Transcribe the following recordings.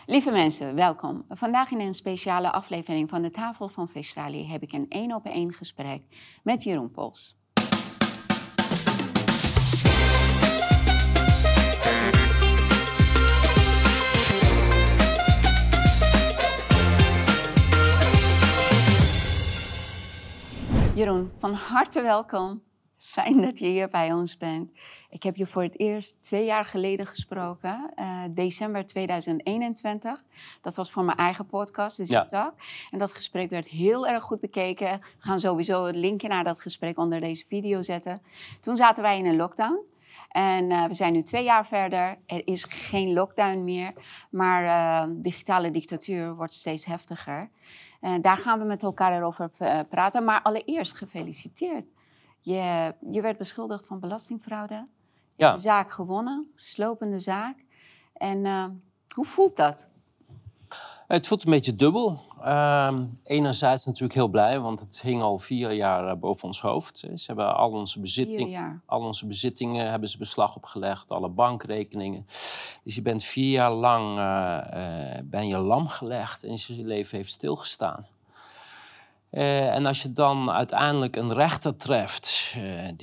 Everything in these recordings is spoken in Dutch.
Lieve mensen, welkom. Vandaag in een speciale aflevering van de Tafel van Vestrali heb ik een 1-op-1 gesprek met Jeroen Pols. Jeroen, van harte welkom. Fijn dat je hier bij ons bent. Ik heb je voor het eerst 2 jaar geleden gesproken, december 2021. Dat was voor mijn eigen podcast, de Zip-Talk. En dat gesprek werd heel erg goed bekeken. We gaan sowieso het linkje naar dat gesprek onder deze video zetten. Toen zaten wij in een lockdown. En we zijn nu 2 jaar verder. Er is geen lockdown meer. Maar digitale dictatuur wordt steeds heftiger. Daar gaan we met elkaar over praten. Maar allereerst gefeliciteerd. Je werd beschuldigd van belastingfraude. Je hebt de zaak gewonnen, slopende zaak. En hoe voelt dat? Het voelt een beetje dubbel. Enerzijds natuurlijk heel blij, want het hing al 4 jaar boven ons hoofd. Ze hebben al onze bezittingen hebben ze beslag opgelegd, alle bankrekeningen. Dus je bent 4 jaar lang ben je lam gelegd en je leven heeft stilgestaan. En als je dan uiteindelijk een rechter treft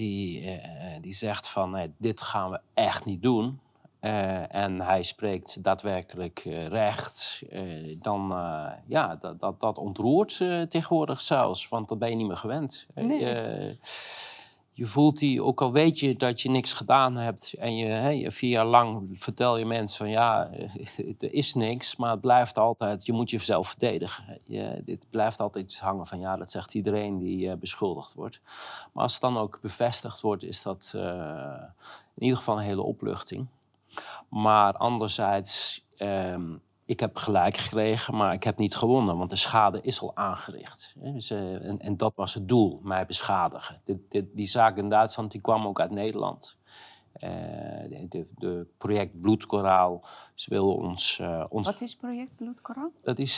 die zegt van nee, dit gaan we echt niet doen. En hij spreekt daadwerkelijk recht, dan dat ontroert tegenwoordig zelfs. Want dat ben je niet meer gewend. Nee. Je voelt die, ook al weet je dat je niks gedaan hebt en je 4 jaar lang vertel je mensen van ja, er is niks, maar het blijft altijd, je moet jezelf verdedigen. Dit blijft altijd hangen van ja, dat zegt iedereen die beschuldigd wordt. Maar als het dan ook bevestigd wordt, is dat in ieder geval een hele opluchting. Maar anderzijds, ik heb gelijk gekregen, maar ik heb niet gewonnen. Want de schade is al aangericht. Dus, en dat was het doel, mij beschadigen. Die zaak in Duitsland die kwam ook uit Nederland. De project Bloedkoraal. Ze wilden ons... Wat is project Bloedkoraal?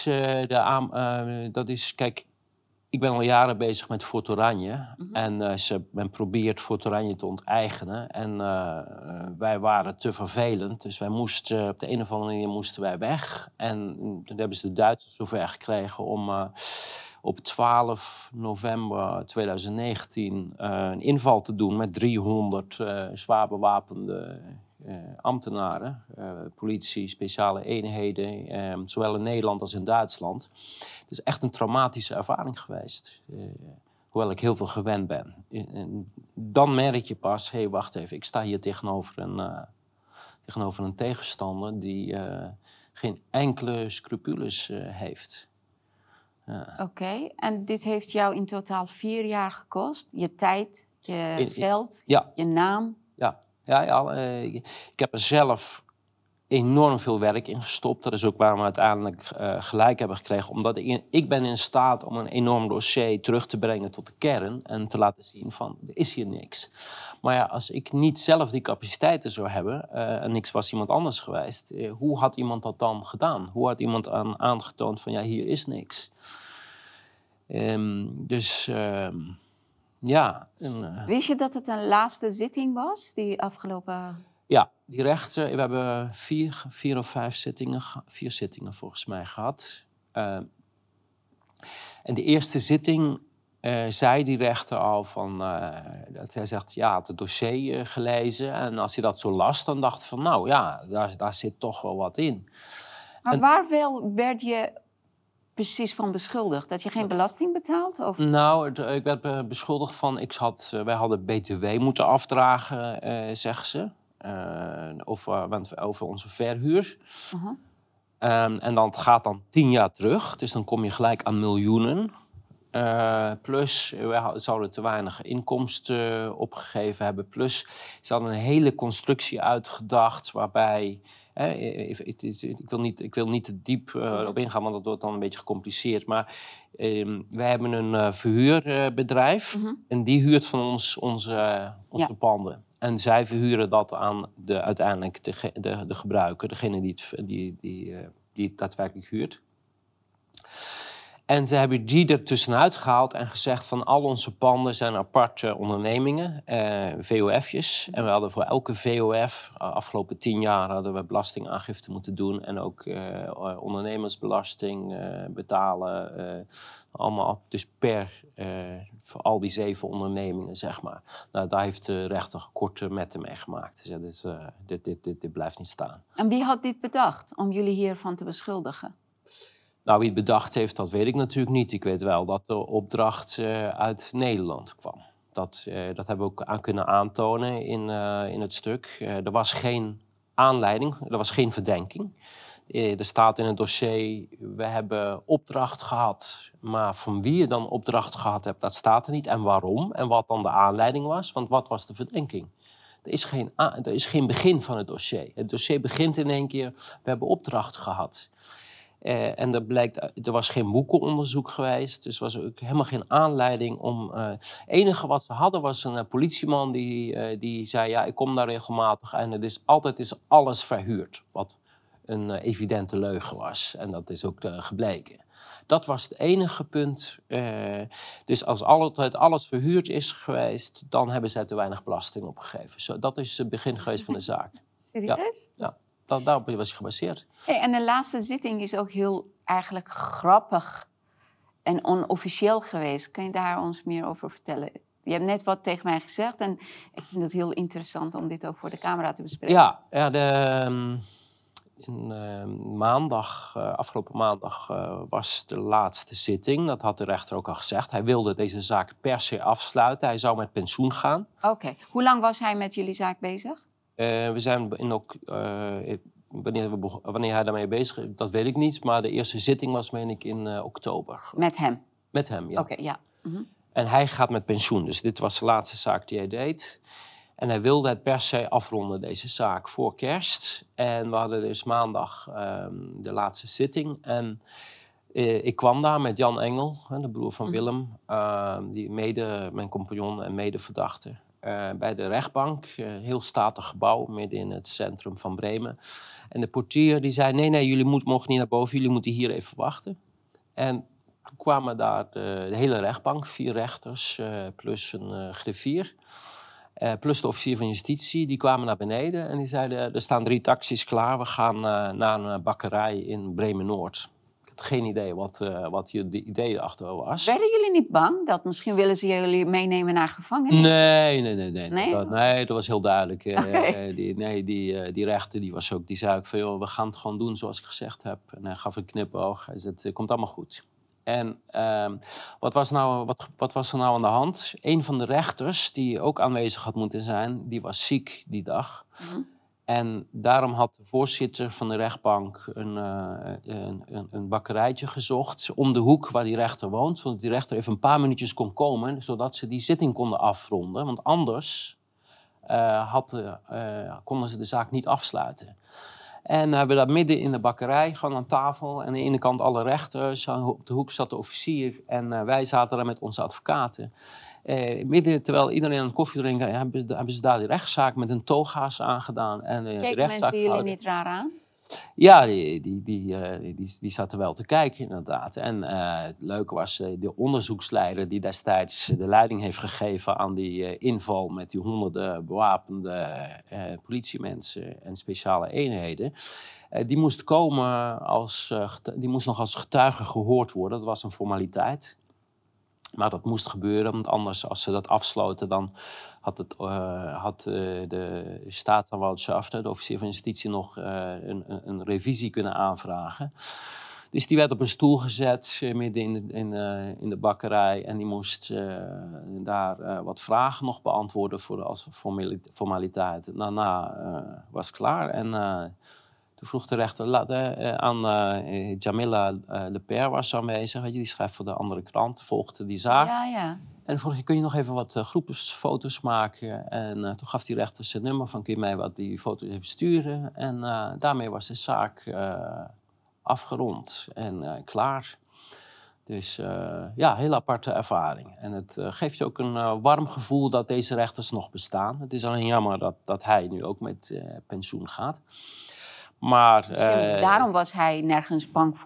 Dat is, kijk... Ik ben al jaren bezig met Fort Oranje. Mm-hmm. En men probeert Fort Oranje te onteigenen. En wij waren te vervelend. Dus wij moesten, op de een of andere manier moesten wij weg. En toen hebben ze de Duitsers zover gekregen om op 12 november 2019 een inval te doen met 300 zwaar bewapende ambtenaren. Politie, speciale eenheden, zowel in Nederland als in Duitsland. Het is echt een traumatische ervaring geweest. Hoewel ik heel veel gewend ben. En dan merk je pas, hé, wacht even, ik sta hier tegenover een tegenstander die geen enkele scrupules heeft. Oké, en dit heeft jou in totaal 4 jaar gekost? Je tijd, je geld, je naam? Ik heb er zelf enorm veel werk in gestopt. Dat is ook waarom we uiteindelijk gelijk hebben gekregen. Omdat ik ben in staat om een enorm dossier terug te brengen tot de kern. En te laten zien van, er is hier niks. Maar ja, als ik niet zelf die capaciteiten zou hebben, en niks was iemand anders geweest. Hoe had iemand dat dan gedaan? Hoe had iemand aangetoond van, ja, hier is niks? Wist je dat het een laatste zitting was, die afgelopen... Ja, die rechter, we hebben 4 of 5 zittingen, 4 zittingen volgens mij gehad. En de eerste zitting zei die rechter al van, dat hij zegt, ja, had het dossier gelezen. En als hij dat zo las, dan dacht hij van, nou ja, daar zit toch wel wat in. Maar waar werd je precies van beschuldigd? Dat je geen belasting betaalt? Of? Nou, ik werd beschuldigd van, wij hadden BTW moeten afdragen, zeggen ze. Over onze verhuur. Uh-huh. En dat gaat dan 10 jaar terug. Dus dan kom je gelijk aan miljoenen. Plus, we zouden te weinig inkomsten opgegeven hebben. Plus, ze hadden een hele constructie uitgedacht waarbij... Ik wil niet te diep op ingaan, want dat wordt dan een beetje gecompliceerd. Maar wij hebben een verhuurbedrijf. Uh-huh. En die huurt van ons onze panden. En zij verhuren dat aan uiteindelijk de gebruiker, degene die het daadwerkelijk huurt. En ze hebben die er tussenuit gehaald en gezegd van al onze panden zijn aparte ondernemingen, VOF'jes. En we hadden voor elke VOF, afgelopen 10 jaar hadden we belastingaangifte moeten doen. En ook ondernemersbelasting betalen. Allemaal, dus voor al die 7 ondernemingen, zeg maar. Nou, daar heeft de rechter korte metten mee gemaakt. Dus dit blijft niet staan. En wie had dit bedacht om jullie hiervan te beschuldigen? Nou, wie het bedacht heeft, dat weet ik natuurlijk niet. Ik weet wel dat de opdracht uit Nederland kwam. Dat hebben we ook kunnen aantonen in het stuk. Er was geen aanleiding, er was geen verdenking. Er staat in het dossier, we hebben opdracht gehad. Maar van wie je dan opdracht gehad hebt, dat staat er niet. En waarom en wat dan de aanleiding was. Want wat was de verdenking? Er is geen begin van het dossier. Het dossier begint in één keer, we hebben opdracht gehad. En er was geen boekenonderzoek geweest. Dus er was ook helemaal geen aanleiding om... Het enige wat ze hadden was een politieman die zei... ja, ik kom daar regelmatig en het is altijd alles verhuurd. Wat een evidente leugen was. En dat is ook gebleken. Dat was het enige punt. Dus als altijd alles verhuurd is geweest... dan hebben zij te weinig belasting opgegeven. Dat is het begin geweest van de zaak. Serieus? Ja. Daarop was hij gebaseerd. Hey, en de laatste zitting is ook heel eigenlijk grappig en onofficieel geweest. Kan je daar ons meer over vertellen? Je hebt net wat tegen mij gezegd en ik vind het heel interessant om dit ook voor de camera te bespreken. Afgelopen maandag was de laatste zitting. Dat had de rechter ook al gezegd. Hij wilde deze zaak per se afsluiten. Hij zou met pensioen gaan. Oké. Hoe lang was hij met jullie zaak bezig? We zijn wanneer hij daarmee bezig is, dat weet ik niet. Maar de eerste zitting was, meen ik, in oktober. Met hem? Met hem, ja. Oké, ja. Mm-hmm. En hij gaat met pensioen. Dus dit was de laatste zaak die hij deed. En hij wilde het per se afronden, deze zaak, voor kerst. En we hadden dus maandag de laatste zitting. En ik kwam daar met Jan Engel, de broer van Willem. Mijn compagnon en medeverdachte. Bij de rechtbank, een heel statig gebouw midden in het centrum van Bremen. En de portier die zei, nee, jullie mogen niet naar boven, jullie moeten hier even wachten. En toen kwamen daar de hele rechtbank, 4 rechters plus een griffier. Plus de officier van justitie, die kwamen naar beneden en die zeiden, er staan 3 taxis klaar, we gaan naar een bakkerij in Bremen-Noord. Ik had geen idee wat hier de idee erachter was. Werden jullie niet bang dat misschien willen ze jullie meenemen naar gevangenis? Nee, dat was heel duidelijk. Die rechter die zei ook van, joh, we gaan het gewoon doen zoals ik gezegd heb. En hij gaf een knipoog. Hij zei, het komt allemaal goed. En wat was er nou aan de hand? Een van de rechters die ook aanwezig had moeten zijn, die was ziek die dag. Mm-hmm. En daarom had de voorzitter van de rechtbank een bakkerijtje gezocht om de hoek waar die rechter woont. Zodat die rechter even een paar minuutjes kon komen, zodat ze die zitting konden afronden. Want anders konden ze de zaak niet afsluiten. En hebben we daar midden in de bakkerij, gewoon aan tafel. En aan de ene kant alle rechters, op de hoek zat de officier. En wij zaten daar met onze advocaten. Terwijl iedereen aan het koffie drinken, hebben ze daar die rechtszaak met een toga's aangedaan. Kijk, mensen jullie niet raar aan? Ja, die zaten wel te kijken, inderdaad. En het leuke was, de onderzoeksleider die destijds de leiding heeft gegeven aan die inval met die honderden bewapende politiemensen en speciale eenheden. Die moest die moest nog als getuige gehoord worden. Dat was een formaliteit. Maar dat moest gebeuren, want anders, als ze dat afsloten, dan had de staatsanwaltschaft, de officier van justitie, nog een revisie kunnen aanvragen. Dus die werd op een stoel gezet midden in de bakkerij en die moest daar wat vragen nog beantwoorden als formaliteit. Daarna was het klaar en toen vroeg de rechter aan Jamila Lepère was aanwezig, die schrijft voor de andere krant, volgde die zaak. Ja. En vroeg je, kun je nog even wat groepsfoto's maken? En toen gaf die rechter zijn nummer van, kun je mij wat die foto's even sturen? En daarmee was de zaak afgerond en klaar. Dus heel aparte ervaring. En het geeft je ook een warm gevoel dat deze rechters nog bestaan. Het is alleen jammer dat hij nu ook met pensioen gaat. Maar, daarom was hij nergens bang voor.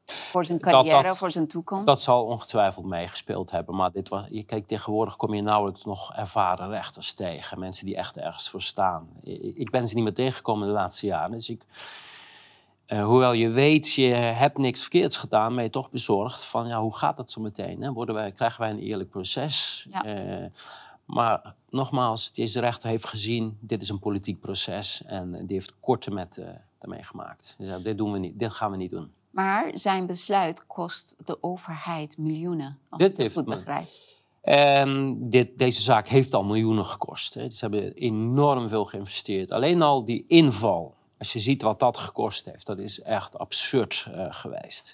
Voor zijn carrière, voor zijn toekomst? Dat zal ongetwijfeld meegespeeld hebben. Maar kijk, tegenwoordig kom je nauwelijks nog ervaren rechters tegen. Mensen die echt ergens voor staan. Ik ben ze niet meer tegengekomen de laatste jaren. Dus hoewel je weet, je hebt niks verkeerds gedaan, ben je toch bezorgd van, ja, hoe gaat dat zo meteen? Hè? Krijgen wij een eerlijk proces? Ja. Maar nogmaals, deze rechter heeft gezien, dit is een politiek proces. En die heeft korte metten ermee gemaakt. Dus dit gaan we niet doen. Maar zijn besluit kost de overheid miljoenen, als ik het goed begrijp. Deze zaak heeft al miljoenen gekost. Hè. Ze hebben enorm veel geïnvesteerd. Alleen al die inval, als je ziet wat dat gekost heeft, dat is echt absurd geweest.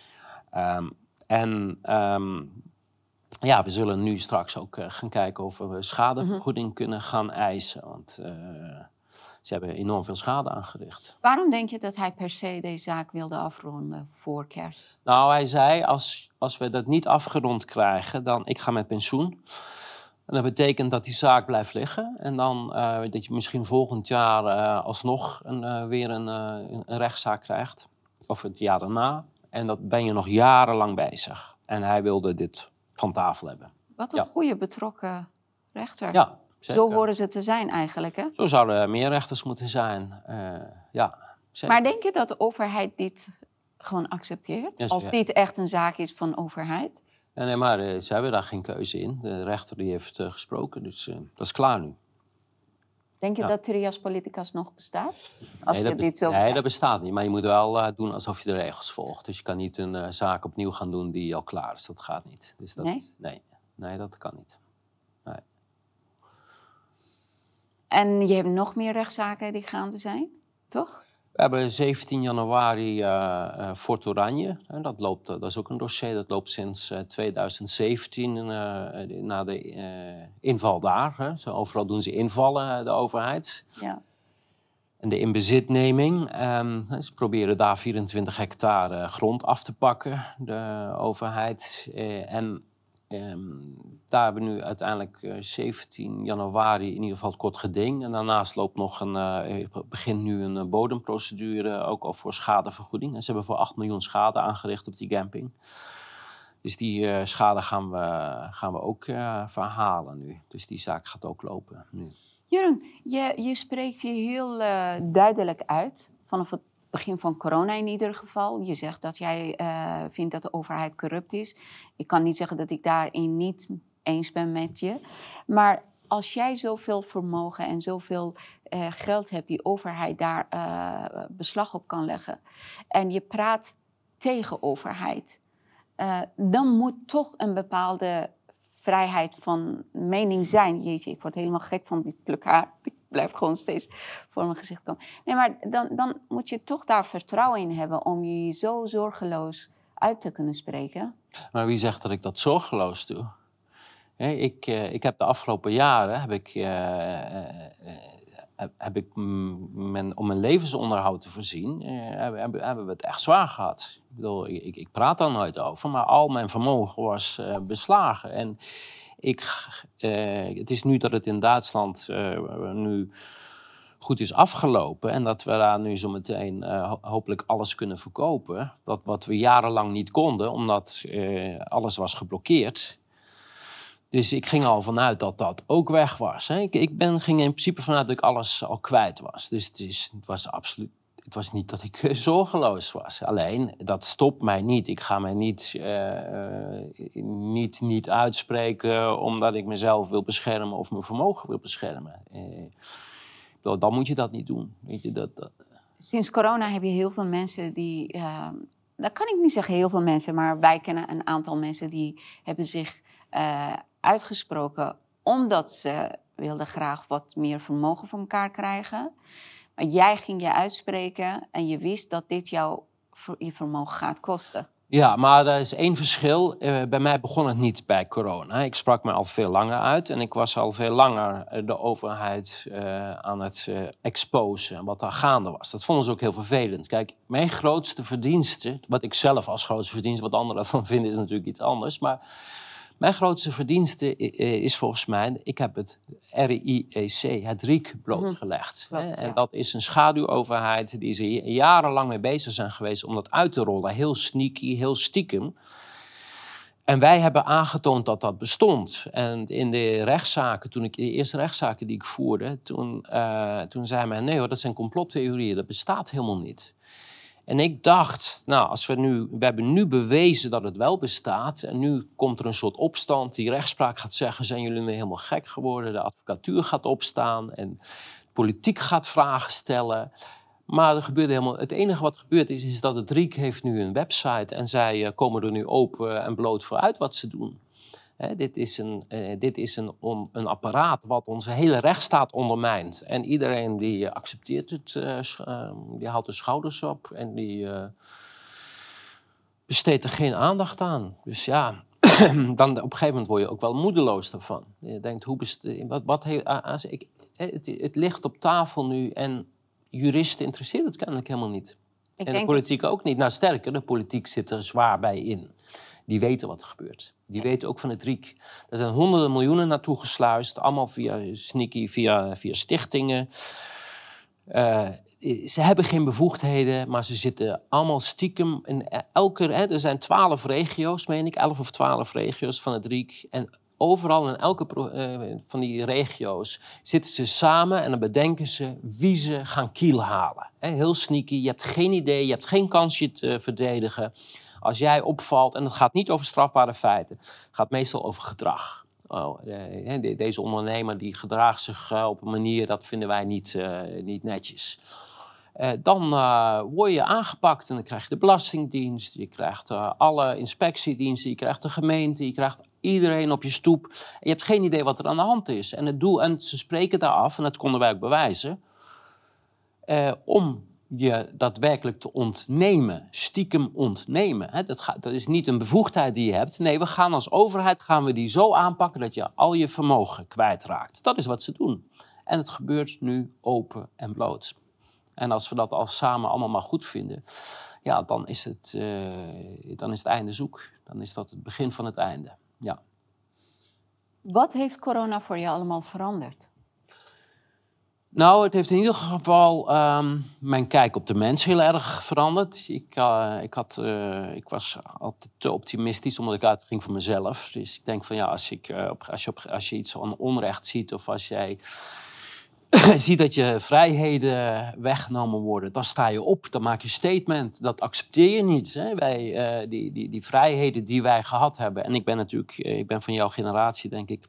We zullen nu straks ook gaan kijken of we schadevergoeding kunnen gaan eisen. Want ze hebben enorm veel schade aangericht. Waarom denk je dat hij per se deze zaak wilde afronden voor kerst? Nou, hij zei, als we dat niet afgerond krijgen, dan ik ga met pensioen. En dat betekent dat die zaak blijft liggen. En dan dat je misschien volgend jaar alsnog weer een rechtszaak krijgt. Of het jaar daarna. En dat ben je nog jarenlang bezig. En hij wilde dit van tafel hebben. Wat een goede betrokken rechter. Ja, zeker. Zo horen ze te zijn eigenlijk, hè? Zo zouden er meer rechters moeten zijn. Ja, zeker. Maar denk je dat de overheid dit gewoon accepteert? Ja, als dit echt een zaak is van overheid? Nee, maar ze hebben daar geen keuze in. De rechter die heeft gesproken, dus dat is klaar nu. Denk je dat Trias Politicas nog bestaat? Nee, dat bestaat niet. Maar je moet wel doen alsof je de regels volgt. Dus je kan niet een zaak opnieuw gaan doen die al klaar is. Dat gaat niet. Dus nee, dat kan niet. Nee. En je hebt nog meer rechtszaken die gaande zijn, toch? We hebben 17 januari Fort Oranje. Dat is ook een dossier. Dat loopt sinds 2017 na de inval daar. Hè. Overal doen ze invallen, de overheid. Ja. En de inbezitneming. Ze proberen daar 24 hectare grond af te pakken, de overheid. Daar hebben we nu uiteindelijk 17 januari in ieder geval het kort geding. En daarnaast loopt nog begint nu een bodemprocedure, ook al voor schadevergoeding. En ze hebben voor 8 miljoen schade aangericht op die camping. Dus die schade gaan we ook verhalen nu. Dus die zaak gaat ook lopen nu. Jeroen, je spreekt je heel duidelijk uit, vanaf het begin van corona in ieder geval. Je zegt dat jij vindt dat de overheid corrupt is. Ik kan niet zeggen dat ik daarin niet eens ben met je. Maar als jij zoveel vermogen en zoveel geld hebt, die overheid daar beslag op kan leggen, en je praat tegen overheid, dan moet toch een bepaalde vrijheid van mening zijn. Jeetje, ik word helemaal gek van dit plukhaar. Ik blijf gewoon steeds voor mijn gezicht komen. Nee, maar dan moet je toch daar vertrouwen in hebben om je zo zorgeloos uit te kunnen spreken. Maar wie zegt dat ik dat zorgeloos doe? Ik heb de afgelopen jaren om mijn levensonderhoud te voorzien, hebben we het echt zwaar gehad. Ik bedoel, ik praat daar nooit over, maar al mijn vermogen was beslagen. En het is nu dat het in Duitsland nu goed is afgelopen en dat we daar nu zo meteen hopelijk alles kunnen verkopen. Wat we jarenlang niet konden, omdat alles was geblokkeerd. Dus ik ging al vanuit dat dat ook weg was. Hè. Ik ging in principe vanuit dat ik alles al kwijt was. Dus het was niet dat ik zorgeloos was. Alleen, dat stopt mij niet. Ik ga mij niet uitspreken omdat ik mezelf wil beschermen of mijn vermogen wil beschermen. Dan moet je dat niet doen. Weet je, Sinds corona heb je heel veel mensen die... dat kan ik niet zeggen heel veel mensen, maar wij kennen een aantal mensen die hebben zich uitgesproken omdat ze wilden graag wat meer vermogen van elkaar krijgen. Maar jij ging je uitspreken en je wist dat dit jou je vermogen gaat kosten. Ja, maar er is één verschil. Bij mij begon het niet bij corona. Ik sprak me al veel langer uit en ik was al veel langer de overheid aan het exposen wat daar gaande was. Dat vonden ze ook heel vervelend. Kijk, mijn grootste verdienste, wat ik zelf als grootste verdienste, wat anderen van vinden is natuurlijk iets anders, maar Mijn grootste verdienste is volgens mij, ik heb het RIEC, het RIEK, blootgelegd. Klopt, En ja. dat is een schaduwoverheid die ze jarenlang mee bezig zijn geweest om dat uit te rollen. Heel sneaky, heel stiekem. En wij hebben aangetoond dat dat bestond. En in de rechtszaken, de eerste rechtszaken die ik voerde, toen zei men, nee hoor, dat zijn complottheorieën, dat bestaat helemaal niet. En ik dacht, nou, we hebben nu bewezen dat het wel bestaat. En nu komt er een soort opstand die rechtspraak gaat zeggen, zijn jullie nu helemaal gek geworden? De advocatuur gaat opstaan en de politiek gaat vragen stellen. Maar er gebeurde helemaal, het enige wat gebeurd is dat het RIEK heeft nu een website en zij komen er nu open en bloot voor uit wat ze doen. Dit is een apparaat wat onze hele rechtsstaat ondermijnt. En iedereen die accepteert het, die houdt de schouders op en die besteedt er geen aandacht aan. Dus ja, dan op een gegeven moment word je ook wel moedeloos daarvan. Je denkt, het ligt op tafel nu en juristen interesseert het kennelijk helemaal niet. En de politiek ook niet. Nou, sterker, de politiek zit er zwaar bij in. Die weten wat er gebeurt. Die weten ook van het RIEK. Er zijn honderden miljoenen naartoe gesluist. Allemaal via sneaky, via stichtingen. Ze hebben geen bevoegdheden, maar ze zitten allemaal stiekem in er zijn 12 regio's, meen ik, 11 of 12 regio's van het RIEK. En overal in elke van die regio's zitten ze samen en dan bedenken ze wie ze gaan kiel halen. Heel sneaky, je hebt geen idee, je hebt geen kans je te verdedigen. Als jij opvalt, en het gaat niet over strafbare feiten, het gaat meestal over gedrag. Deze ondernemer die gedraagt zich op een manier, dat vinden wij niet netjes. Dan word je aangepakt en dan krijg je de Belastingdienst, je krijgt alle inspectiediensten, je krijgt de gemeente, je krijgt iedereen op je stoep. En je hebt geen idee wat er aan de hand is. En ze spreken daar af, en dat konden wij ook bewijzen, om je daadwerkelijk te ontnemen, stiekem ontnemen. Dat is niet een bevoegdheid die je hebt. Nee, we gaan als overheid die zo aanpakken dat je al je vermogen kwijtraakt. Dat is wat ze doen. En het gebeurt nu open en bloot. En als we dat samen allemaal maar goed vinden, ja, dan is het einde zoek. Dan is dat het begin van het einde. Ja. Wat heeft corona voor je allemaal veranderd? Nou, het heeft in ieder geval mijn kijk op de mens heel erg veranderd. Ik was altijd te optimistisch, omdat ik uitging van mezelf. Dus ik denk van ja, als je iets van onrecht ziet, of als jij ziet dat je vrijheden weggenomen worden, dan sta je op, dan maak je een statement. Dat accepteer je niet. Hè? Die vrijheden die wij gehad hebben. En ik ben van jouw generatie, denk ik.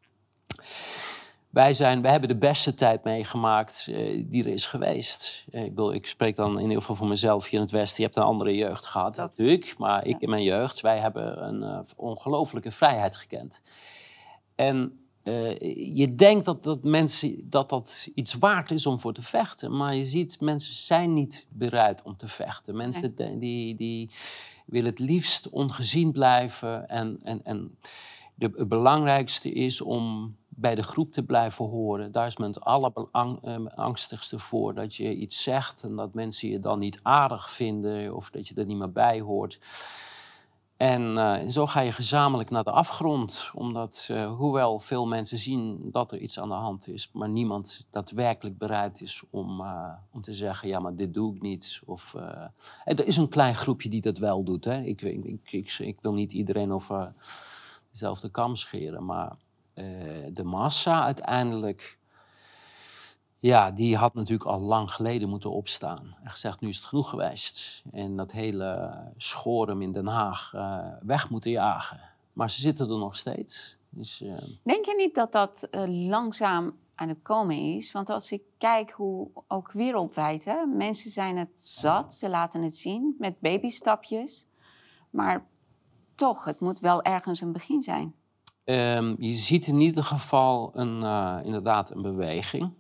Wij hebben de beste tijd meegemaakt die er is geweest. Ik spreek dan in ieder geval voor mezelf hier in het Westen. Je hebt een andere jeugd gehad, natuurlijk. Maar ik in mijn jeugd, wij hebben een ongelofelijke vrijheid gekend. En je denkt dat iets waard is om voor te vechten. Maar je ziet, mensen zijn niet bereid om te vechten. Mensen die willen het liefst ongezien blijven. En het belangrijkste is om bij de groep te blijven horen. Daar is men het allerangstigste voor. Dat je iets zegt en dat mensen je dan niet aardig vinden of dat je er niet meer bij hoort. En zo ga je gezamenlijk naar de afgrond. Omdat hoewel veel mensen zien dat er iets aan de hand is, maar niemand daadwerkelijk bereid is om te zeggen, ja, maar dit doe ik niet. Er is een klein groepje die dat wel doet. Hè. Ik wil niet iedereen over dezelfde kam scheren, maar de massa uiteindelijk, ja, die had natuurlijk al lang geleden moeten opstaan. En gezegd, nu is het genoeg geweest. En dat hele schorum in Den Haag weg moeten jagen. Maar ze zitten er nog steeds. Dus, Denk je niet dat dat langzaam aan het komen is? Want als ik kijk hoe ook wereldwijd, hè, mensen zijn het zat, ze laten het zien met babystapjes. Maar toch, het moet wel ergens een begin zijn. Je ziet in ieder geval inderdaad een beweging.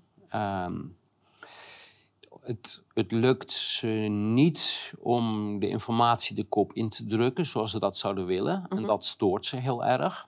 Het lukt ze niet om de informatie de kop in te drukken zoals ze dat zouden willen. En dat stoort ze heel erg.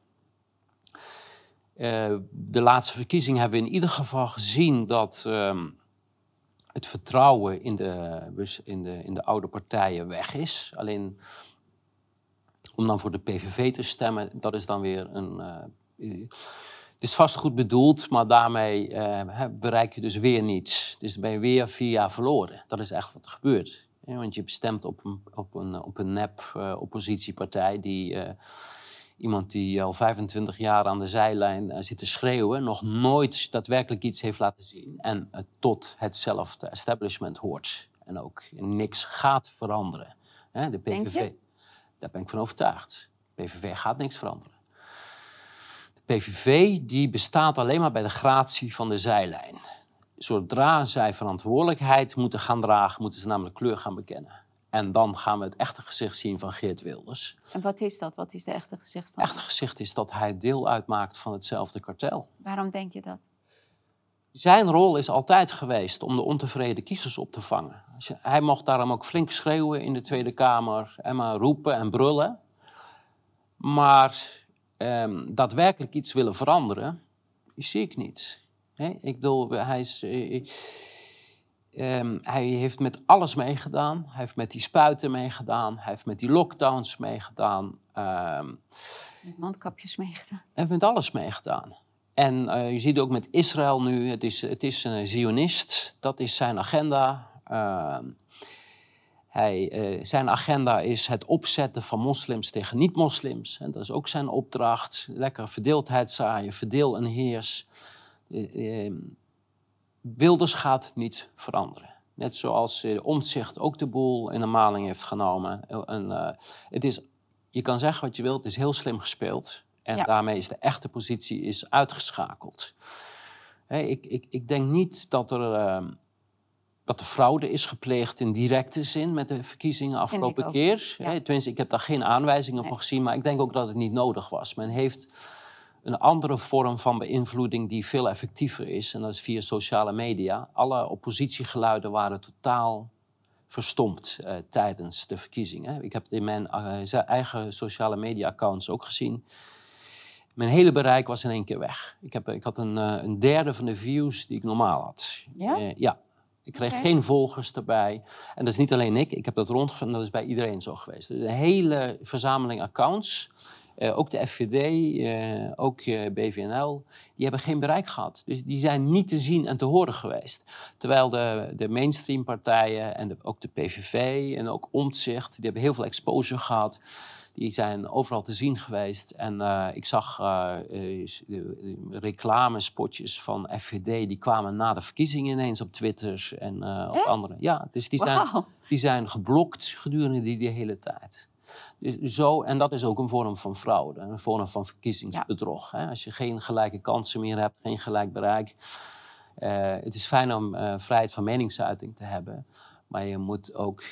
De laatste verkiezingen hebben we in ieder geval gezien dat het vertrouwen in de oude partijen weg is. Alleen om dan voor de PVV te stemmen, dat is dan weer een... het is vast goed bedoeld, maar daarmee bereik je dus weer niets. Dus dan ben je weer 4 jaar verloren. Dat is echt wat er gebeurt. Want je stemt op een nep oppositiepartij die... iemand die al 25 jaar aan de zijlijn zit te schreeuwen, nog nooit daadwerkelijk iets heeft laten zien en tot hetzelfde establishment hoort. En ook niks gaat veranderen. De PVV, Denk je? daar ben ik van overtuigd. De PVV gaat niks veranderen. De PVV die bestaat alleen maar bij de gratie van de zijlijn. Zodra zij verantwoordelijkheid moeten gaan dragen, moeten ze namelijk kleur gaan bekennen. En dan gaan we het echte gezicht zien van Geert Wilders. En wat is dat? Wat is de echte gezicht van? Het echte gezicht is dat hij deel uitmaakt van hetzelfde kartel. Waarom denk je dat? Zijn rol is altijd geweest om de ontevreden kiezers op te vangen. Hij mocht daarom ook flink schreeuwen in de Tweede Kamer en maar roepen en brullen. Maar daadwerkelijk iets willen veranderen, zie ik niet. Ik bedoel, hij heeft met alles meegedaan. Hij heeft met die spuiten meegedaan. Hij heeft met die lockdowns meegedaan. Met mondkapjes meegedaan. Hij heeft met alles meegedaan. En je ziet ook met Israël nu, het is een Zionist. Dat is zijn agenda. Zijn agenda is het opzetten van moslims tegen niet-moslims. En dat is ook zijn opdracht. Lekker verdeeldheid zaaien, verdeel en heers. Wilders gaat niet veranderen. Net zoals Omtzigt ook de boel in de maling heeft genomen. Je kan zeggen wat je wilt, het is heel slim gespeeld. En daarmee is de echte positie uitgeschakeld. Ik denk niet dat er fraude is gepleegd in directe zin met de verkiezingen afgelopen keer. Ja. Tenminste, ik heb daar geen aanwijzingen van gezien, maar ik denk ook dat het niet nodig was. Men heeft een andere vorm van beïnvloeding die veel effectiever is. En dat is via sociale media. Alle oppositiegeluiden waren totaal verstomd tijdens de verkiezingen. Ik heb het in mijn eigen sociale media-accounts ook gezien. Mijn hele bereik was in één keer weg. Ik had een derde van de views die ik normaal had. Ja? Ja. Ik kreeg geen volgers erbij. En dat is niet alleen ik heb dat rondgevonden, dat is bij iedereen zo geweest. Dus een hele verzameling accounts, ook de FVD, ook BVNL, die hebben geen bereik gehad. Dus die zijn niet te zien en te horen geweest. Terwijl de mainstream partijen en ook de PVV en ook Omtzigt, die hebben heel veel exposure gehad. Die zijn overal te zien geweest. En ik zag reclamespotjes van FVD... die kwamen na de verkiezingen ineens op Twitter en op andere. Ja, dus die zijn geblokt gedurende die hele tijd. Dus en dat is ook een vorm van fraude. Een vorm van verkiezingsbedrog. Hè? Als je geen gelijke kansen meer hebt, geen gelijk bereik. Het is fijn om vrijheid van meningsuiting te hebben. Maar je moet ook...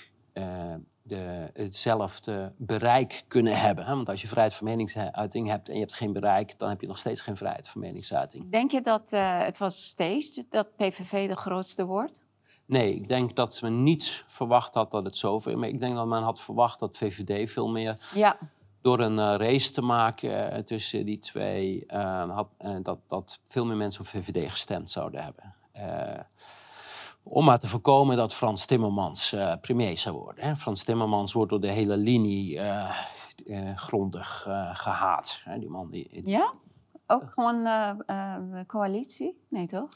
hetzelfde bereik kunnen hebben. Hè? Want als je vrijheid van meningsuiting hebt en je hebt geen bereik, dan heb je nog steeds geen vrijheid van meningsuiting. Denk je dat het was staged, dat PVV de grootste wordt? Nee, ik denk dat men niet verwacht had dat het zoveel... Maar ik denk dat men had verwacht dat VVD veel meer... Ja. Door een race te maken tussen die twee... dat veel meer mensen op VVD gestemd zouden hebben. Om maar te voorkomen dat Frans Timmermans premier zou worden. Hè. Frans Timmermans wordt door de hele linie grondig gehaat. Hè. Die man Ja? Ook gewoon coalitie? Nee, toch?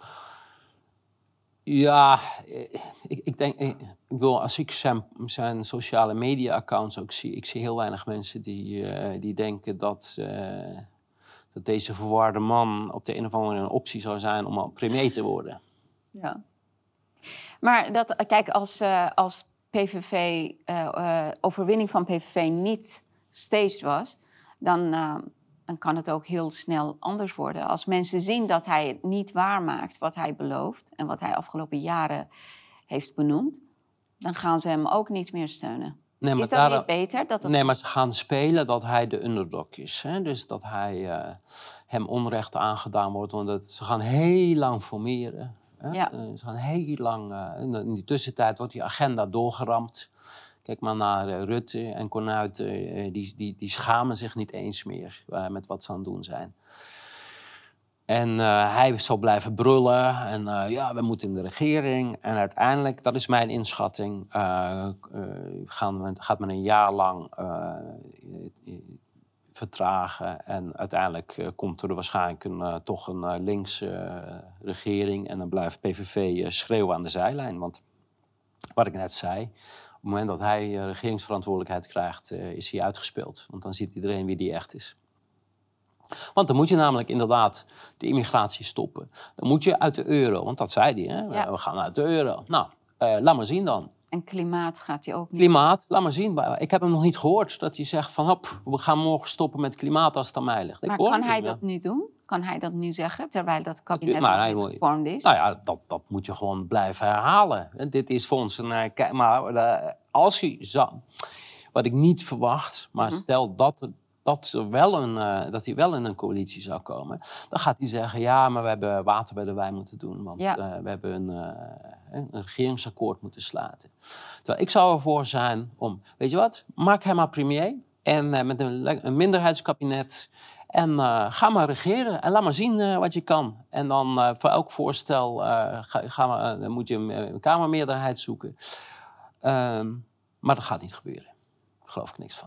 Ja, ik denk... als ik zijn sociale media-accounts ook zie... Ik zie heel weinig mensen die denken dat deze verwarde man... op de een of andere manier een optie zou zijn om al premier te worden. Ja. Maar kijk, als PVV, overwinning van PVV niet staged was, dan kan het ook heel snel anders worden. Als mensen zien dat hij het niet waarmaakt wat hij belooft en wat hij afgelopen jaren heeft benoemd, dan gaan ze hem ook niet meer steunen. Nee, maar is dat niet beter? Nee, maar ze gaan spelen dat hij de underdog is. Hè? Dus dat hem onrecht aangedaan wordt. Want ze gaan heel lang formeren. Ja. Ze gaan heel lang... in die tussentijd wordt die agenda doorgeramd. Kijk maar naar Rutte en Kornuiten. Die schamen zich niet eens meer met wat ze aan het doen zijn. En hij zal blijven brullen. En we moeten in de regering. En uiteindelijk, dat is mijn inschatting... gaat men een jaar lang vertragen. En uiteindelijk komt er waarschijnlijk toch een linkse regering. En dan blijft PVV schreeuwen aan de zijlijn. Want wat ik net zei, op het moment dat hij regeringsverantwoordelijkheid krijgt, is hij uitgespeeld. Want dan ziet iedereen wie die echt is. Want dan moet je namelijk inderdaad de immigratie stoppen. Dan moet je uit de euro, want dat zei hij. Hè? Ja. We gaan uit de euro. Nou, laat maar zien dan. En klimaat gaat hij ook niet. Klimaat, laat maar zien. Ik heb hem nog niet gehoord dat hij zegt van... Hop, we gaan morgen stoppen met klimaat als het aan mij ligt. Maar kan hij dat nu doen? Kan hij dat nu zeggen, terwijl dat kabinet nog niet gevormd is? Nou ja, dat moet je gewoon blijven herhalen. Dit is voor ons een... Maar als hij zou... Wat ik niet verwacht, maar stel dat hij wel in een coalitie zou komen... dan gaat hij zeggen, ja, maar we hebben water bij de wijn moeten doen. Want we hebben een regeringsakkoord moeten sluiten. Terwijl ik zou ervoor zijn om, weet je wat, maak hem maar premier... en met een minderheidskabinet... En ga maar regeren en laat maar zien wat je kan. En dan voor elk voorstel dan moet je een kamermeerderheid zoeken. Maar dat gaat niet gebeuren. Daar geloof ik niks van.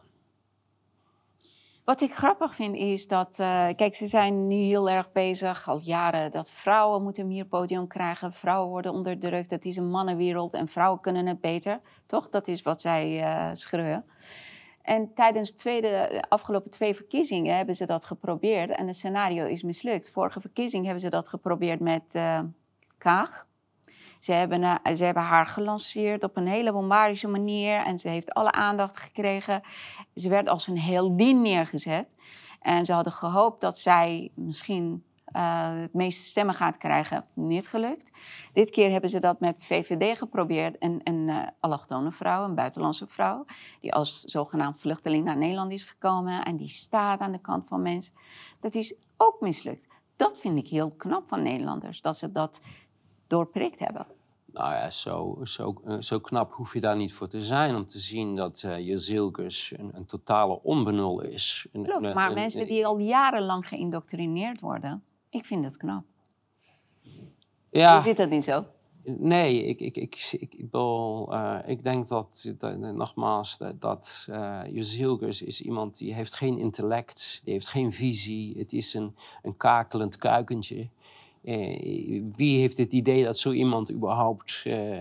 Wat ik grappig vind is dat... kijk, ze zijn nu heel erg bezig, al jaren... dat vrouwen moeten meer podium krijgen. Vrouwen worden onderdrukt. Het is een mannenwereld en vrouwen kunnen het beter. Toch? Dat is wat zij schreeuwen. En tijdens de afgelopen 2 verkiezingen hebben ze dat geprobeerd. En het scenario is mislukt. Vorige verkiezing hebben ze dat geprobeerd met Kaag. Ze hebben haar gelanceerd op een hele bombardische manier. En ze heeft alle aandacht gekregen. Ze werd als een heldin neergezet. En ze hadden gehoopt dat zij misschien het meeste stemmen gaat krijgen. Niet gelukt. Dit keer hebben ze dat met VVD geprobeerd. Een allochtone vrouw, een buitenlandse vrouw... die als zogenaamd vluchteling naar Nederland is gekomen... en die staat aan de kant van mensen. Dat is ook mislukt. Dat vind ik heel knap van Nederlanders. Dat ze dat doorprikt hebben. Nou ja, zo knap hoef je daar niet voor te zijn... om te zien dat Jezielkes een totale onbenul is. Klopt, maar mensen die al jarenlang geïndoctrineerd worden... ik vind dat knap. Ja. Zit dat niet zo? Nee, ik denk dat nogmaals, dat Jezielkes is iemand die heeft geen intellect, die heeft geen visie. Het is een kakelend kuikentje. Wie heeft het idee dat zo iemand überhaupt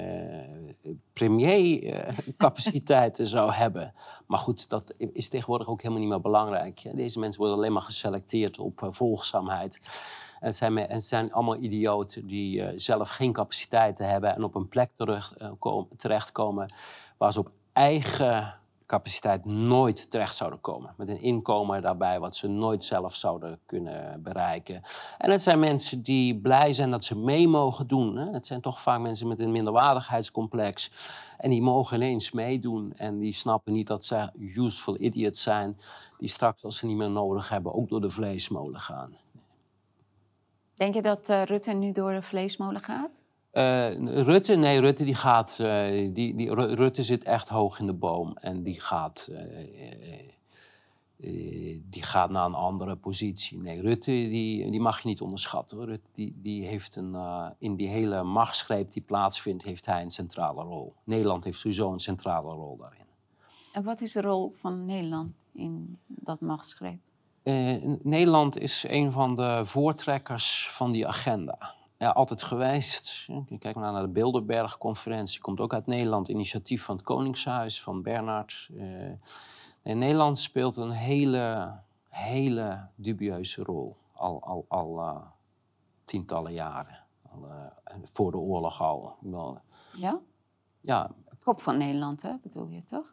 premiercapaciteiten zou hebben? Maar goed, dat is tegenwoordig ook helemaal niet meer belangrijk. Deze mensen worden alleen maar geselecteerd op volgzaamheid. En het zijn allemaal idioten die zelf geen capaciteiten hebben... en op een plek terechtkomen waar ze op eigen capaciteit nooit terecht zouden komen. Met een inkomen daarbij wat ze nooit zelf zouden kunnen bereiken. En het zijn mensen die blij zijn dat ze mee mogen doen. Hè? Het zijn toch vaak mensen met een minderwaardigheidscomplex. En die mogen ineens meedoen. En die snappen niet dat ze useful idiots zijn... die straks, als ze niet meer nodig hebben, ook door de vleesmolen gaan. Denk je dat Rutte nu door de vleesmolen gaat? Rutte die gaat... Rutte zit echt hoog in de boom. En die gaat naar een andere positie. Nee, Rutte die mag je niet onderschatten. Hoor. Rutte die heeft in die hele machtsgreep die plaatsvindt... heeft hij een centrale rol. Nederland heeft sowieso een centrale rol daarin. En wat is de rol van Nederland in dat machtsgreep? Nederland is een van de voortrekkers van die agenda. Ja, altijd geweest. Kijk maar naar de Bilderberg-conferentie. Komt ook uit Nederland. Initiatief van het Koningshuis, van Bernhard. Nederland speelt een hele dubieuze rol. Al tientallen jaren. Voor de oorlog al. Ja? Ja. Kop van Nederland, hè, bedoel je toch?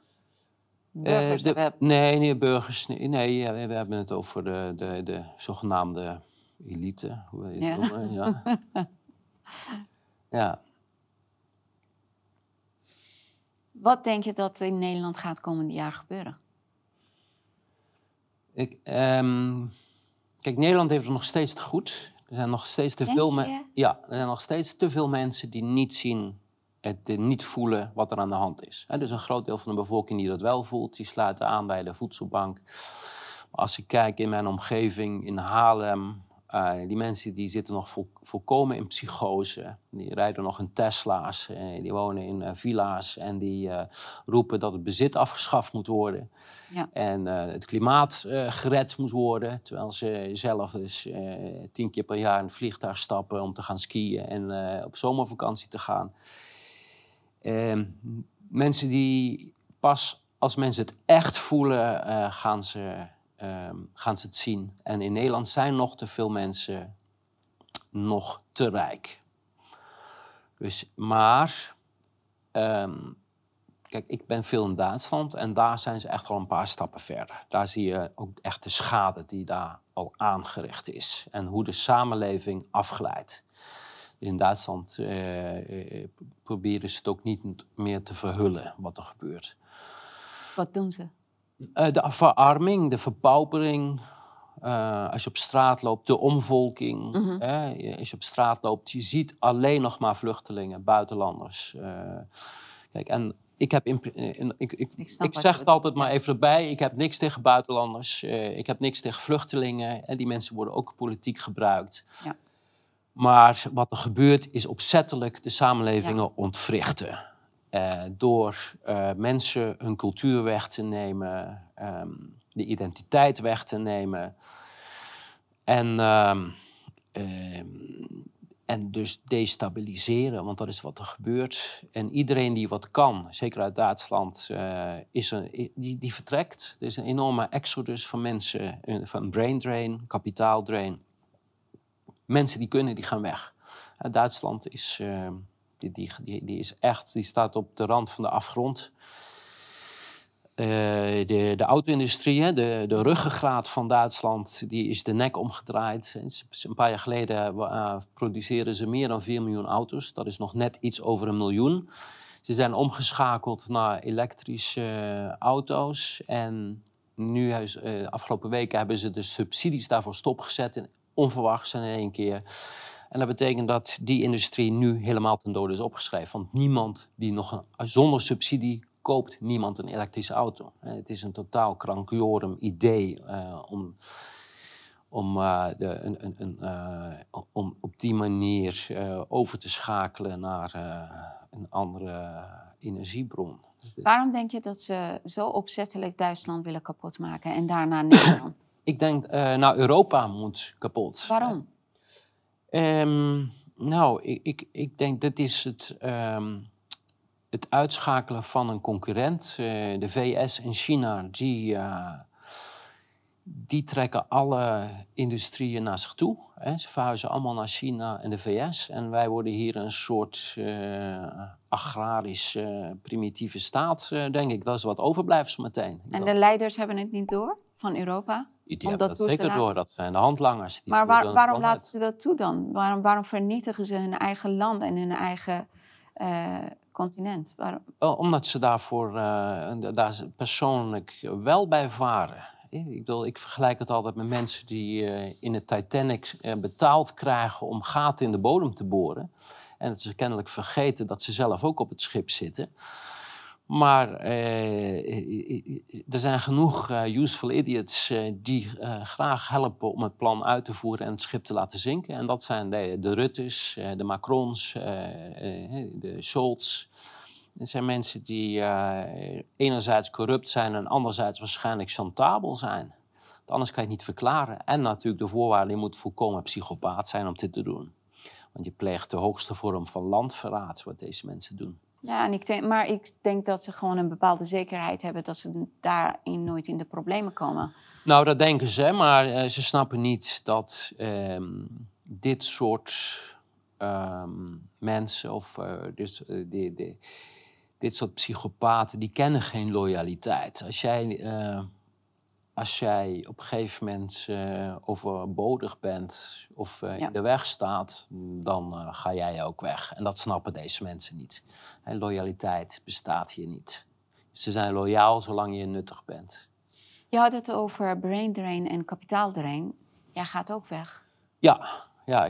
Nee, burgers. Nee, we hebben het over de zogenaamde elite. Hoe wil je het noemen? Ja. Ja. Wat denk je dat in Nederland gaat komende jaar gebeuren? Kijk, Nederland heeft het nog steeds te goed. Er zijn nog steeds te veel er zijn nog steeds te veel mensen die niet zien... niet voelen wat er aan de hand is. Er is een groot deel van de bevolking die dat wel voelt. Die sluiten aan bij de voedselbank. Maar als ik kijk in mijn omgeving, in Haarlem... Die mensen die zitten nog volkomen in psychose. Die rijden nog in Tesla's, die wonen in villa's en die roepen dat het bezit afgeschaft moet worden. Ja. En het klimaat gered moet worden, terwijl ze zelf dus 10 keer per jaar in een vliegtuig stappen om te gaan skiën en op zomervakantie te gaan. Mensen die pas als mensen het echt voelen, gaan ze het zien. En in Nederland zijn nog te veel mensen nog te rijk. Dus, maar, kijk, ik ben veel in Duitsland en daar zijn ze echt wel een paar stappen verder. Daar zie je ook echt de schade die daar al aangericht is en hoe de samenleving afglijdt. In Duitsland proberen ze het ook niet meer te verhullen wat er gebeurt. Wat doen ze? De verarming, de verpaupering. Als je op straat loopt, de omvolking. Als je op straat loopt, je ziet alleen nog maar vluchtelingen, buitenlanders. Kijk, en ik heb ik zeg het altijd maar even erbij. Ik heb niks tegen buitenlanders. Ik heb niks tegen vluchtelingen. En die mensen worden ook politiek gebruikt. Ja. Maar wat er gebeurt is opzettelijk de samenlevingen ontwrichten. Door mensen hun cultuur weg te nemen, de identiteit weg te nemen. En dus destabiliseren, want dat is wat er gebeurt. En iedereen die wat kan, zeker uit Duitsland, die vertrekt. Er is een enorme exodus van mensen, van brain drain, kapitaaldrain. Mensen die kunnen, die gaan weg. Duitsland is... Die is echt, die staat op de rand van de afgrond. De auto-industrie, de ruggengraat van Duitsland, die is de nek omgedraaid. Een paar jaar geleden produceren ze meer dan 4 miljoen auto's. Dat is nog net iets over 1 miljoen. Ze zijn omgeschakeld naar elektrische auto's. En nu, afgelopen weken, hebben ze de subsidies daarvoor stopgezet. Onverwachts in 1 keer. En dat betekent dat die industrie nu helemaal ten dode is opgeschreven. Want niemand die nog zonder subsidie koopt niemand een elektrische auto. Het is een totaal krankjorum idee om op die manier over te schakelen naar een andere energiebron. Waarom denk je dat ze zo opzettelijk Duitsland willen kapotmaken en daarna Nederland? Ik denk, Europa moet kapot. Waarom? Ik denk dat is het uitschakelen van een concurrent. De VS en China, die trekken alle industrieën naar zich toe. Ze verhuizen allemaal naar China en de VS. En wij worden hier een soort agrarisch primitieve staat, denk ik. Dat is wat overblijft meteen. En de leiders hebben het niet door van Europa? Die hebben dat zeker door, dat zijn de handlangers. Maar waarom laten ze dat toe dan? Waarom vernietigen ze hun eigen land en hun eigen continent? Omdat ze daar persoonlijk wel bij varen. Ik vergelijk het altijd met mensen die in het Titanic betaald krijgen om gaten in de bodem te boren. En dat ze kennelijk vergeten dat ze zelf ook op het schip zitten. Maar er zijn genoeg useful idiots die graag helpen om het plan uit te voeren en het schip te laten zinken. En dat zijn de Ruttes, de Macrons, de Scholz. Het zijn mensen die enerzijds corrupt zijn en anderzijds waarschijnlijk chantabel zijn. Want anders kan je het niet verklaren. En natuurlijk de voorwaarde, je moet volkomen psychopaat zijn om dit te doen. Want je pleegt de hoogste vorm van landverraad, wat deze mensen doen. Ja, maar ik denk dat ze gewoon een bepaalde zekerheid hebben dat ze daarin nooit in de problemen komen. Nou, dat denken ze, maar ze snappen niet dat dit soort mensen of dit soort psychopaten, die kennen geen loyaliteit. Als jij op een gegeven moment overbodig bent of in de weg staat, dan ga jij ook weg. En dat snappen deze mensen niet. En loyaliteit bestaat hier niet. Ze zijn loyaal zolang je nuttig bent. Je had het over brain drain en kapitaaldrain. Jij gaat ook weg. Ja,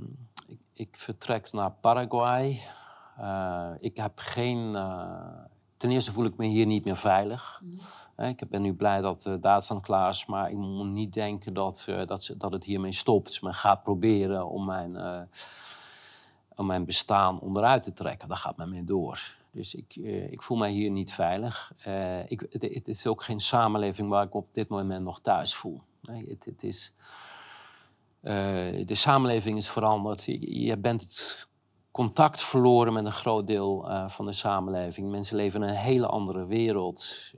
ik vertrek naar Paraguay. Ik heb ten eerste voel ik me hier niet meer veilig. Ik ben nu blij dat Duitsland klaar is, maar ik moet niet denken dat het hiermee stopt. Men gaat proberen om mijn bestaan onderuit te trekken. Daar gaat men mee door. Dus ik voel mij hier niet veilig. Het is ook geen samenleving waar ik op dit moment nog thuis voel. Nee, de samenleving is veranderd. Je bent het contact verloren met een groot deel van de samenleving. Mensen leven in een hele andere wereld.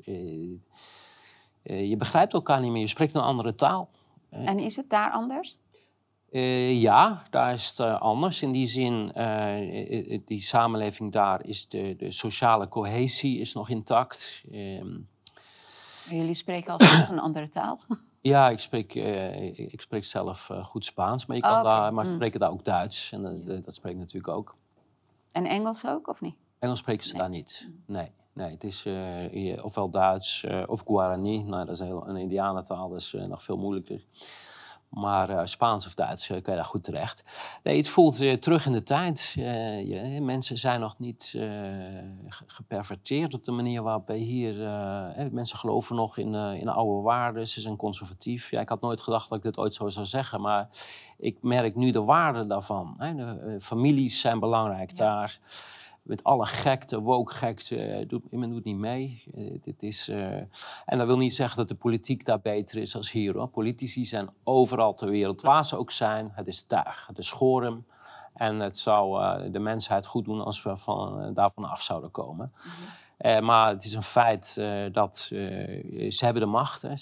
Je begrijpt elkaar niet meer. Je spreekt een andere taal. En is het daar anders? Ja, daar is het anders. In die zin, die samenleving daar is de sociale cohesie is nog intact. Jullie spreken alsnog een andere taal? Ja, ik spreek zelf goed Spaans, maar, maar spreken daar ook Duits. En dat spreek ik natuurlijk ook. En Engels ook, of niet? Engels spreken ze daar niet. Nee, het is ofwel Duits of Guarani. Nou, dat is een Indianentaal, dat is nog veel moeilijker. Maar Spaans of Duits kan je daar goed terecht. Nee, het voelt terug in de tijd. Mensen zijn nog niet geperverteerd op de manier waarop wij hier... mensen geloven nog in oude waarden. Ze zijn conservatief. Ja, ik had nooit gedacht dat ik dit ooit zo zou zeggen. Maar ik merk nu de waarde daarvan. De families zijn belangrijk daar. Met alle gekte, woke-gekte, men doet niet mee. En dat wil niet zeggen dat de politiek daar beter is als hier. Hoor. Politici zijn overal ter wereld, waar ze ook zijn. Het is tuig, het is schorum. En het zou de mensheid goed doen als we daarvan af zouden komen. Maar het is een feit dat ze hebben de macht. Hè.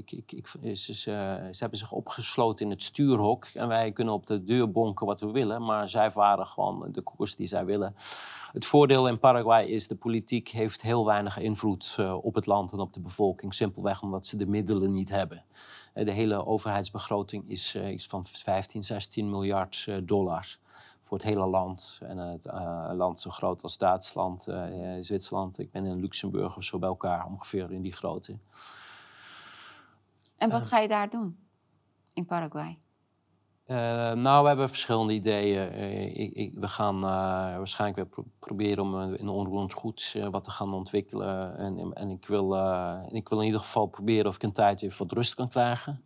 Ze hebben zich opgesloten in het stuurhok. En wij kunnen op de deur bonken wat we willen. Maar zij varen gewoon de koers die zij willen. Het voordeel in Paraguay is de politiek heeft heel weinig invloed op het land en op de bevolking. Simpelweg omdat ze de middelen niet hebben. De hele overheidsbegroting is van 15, 16 miljard dollars. Voor het hele land. En het land zo groot als Duitsland, Zwitserland. Ik ben in Luxemburg of zo bij elkaar, ongeveer in die grootte. En wat ga je daar doen in Paraguay? Nou, we hebben verschillende ideeën. We gaan waarschijnlijk weer proberen om in onroerend goed wat te gaan ontwikkelen. En ik wil in ieder geval proberen of ik een tijd even wat rust kan krijgen.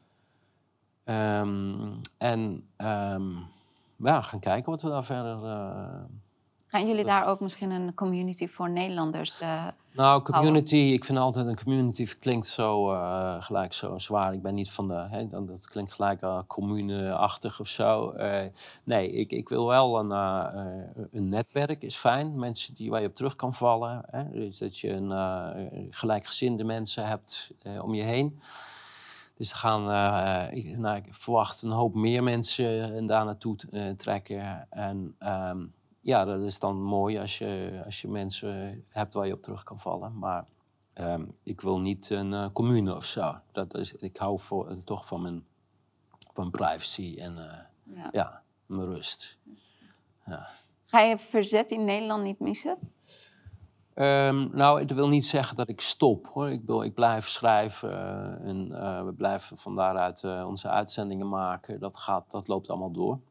Ja, gaan kijken wat we daar verder... Gaan jullie daar ook misschien een community voor Nederlanders Nou, community, ik vind altijd een community klinkt zo gelijk zo zwaar. Ik ben niet van de... dat klinkt gelijk commune-achtig of zo. Nee, ik wil wel een netwerk, is fijn. Mensen waar je op terug kan vallen. Dus dat je gelijkgezinde mensen hebt om je heen. Dus ik verwacht een hoop meer mensen daar naartoe trekken. En ja, dat is dan mooi als je mensen hebt waar je op terug kan vallen. Maar ik wil niet een commune of zo. Ik hou toch van mijn privacy en mijn rust. Ja. Ga je verzet in Nederland niet missen? Nou, het wil niet zeggen dat ik stop, hoor. Ik blijf schrijven en we blijven van daaruit onze uitzendingen maken. Dat loopt allemaal door.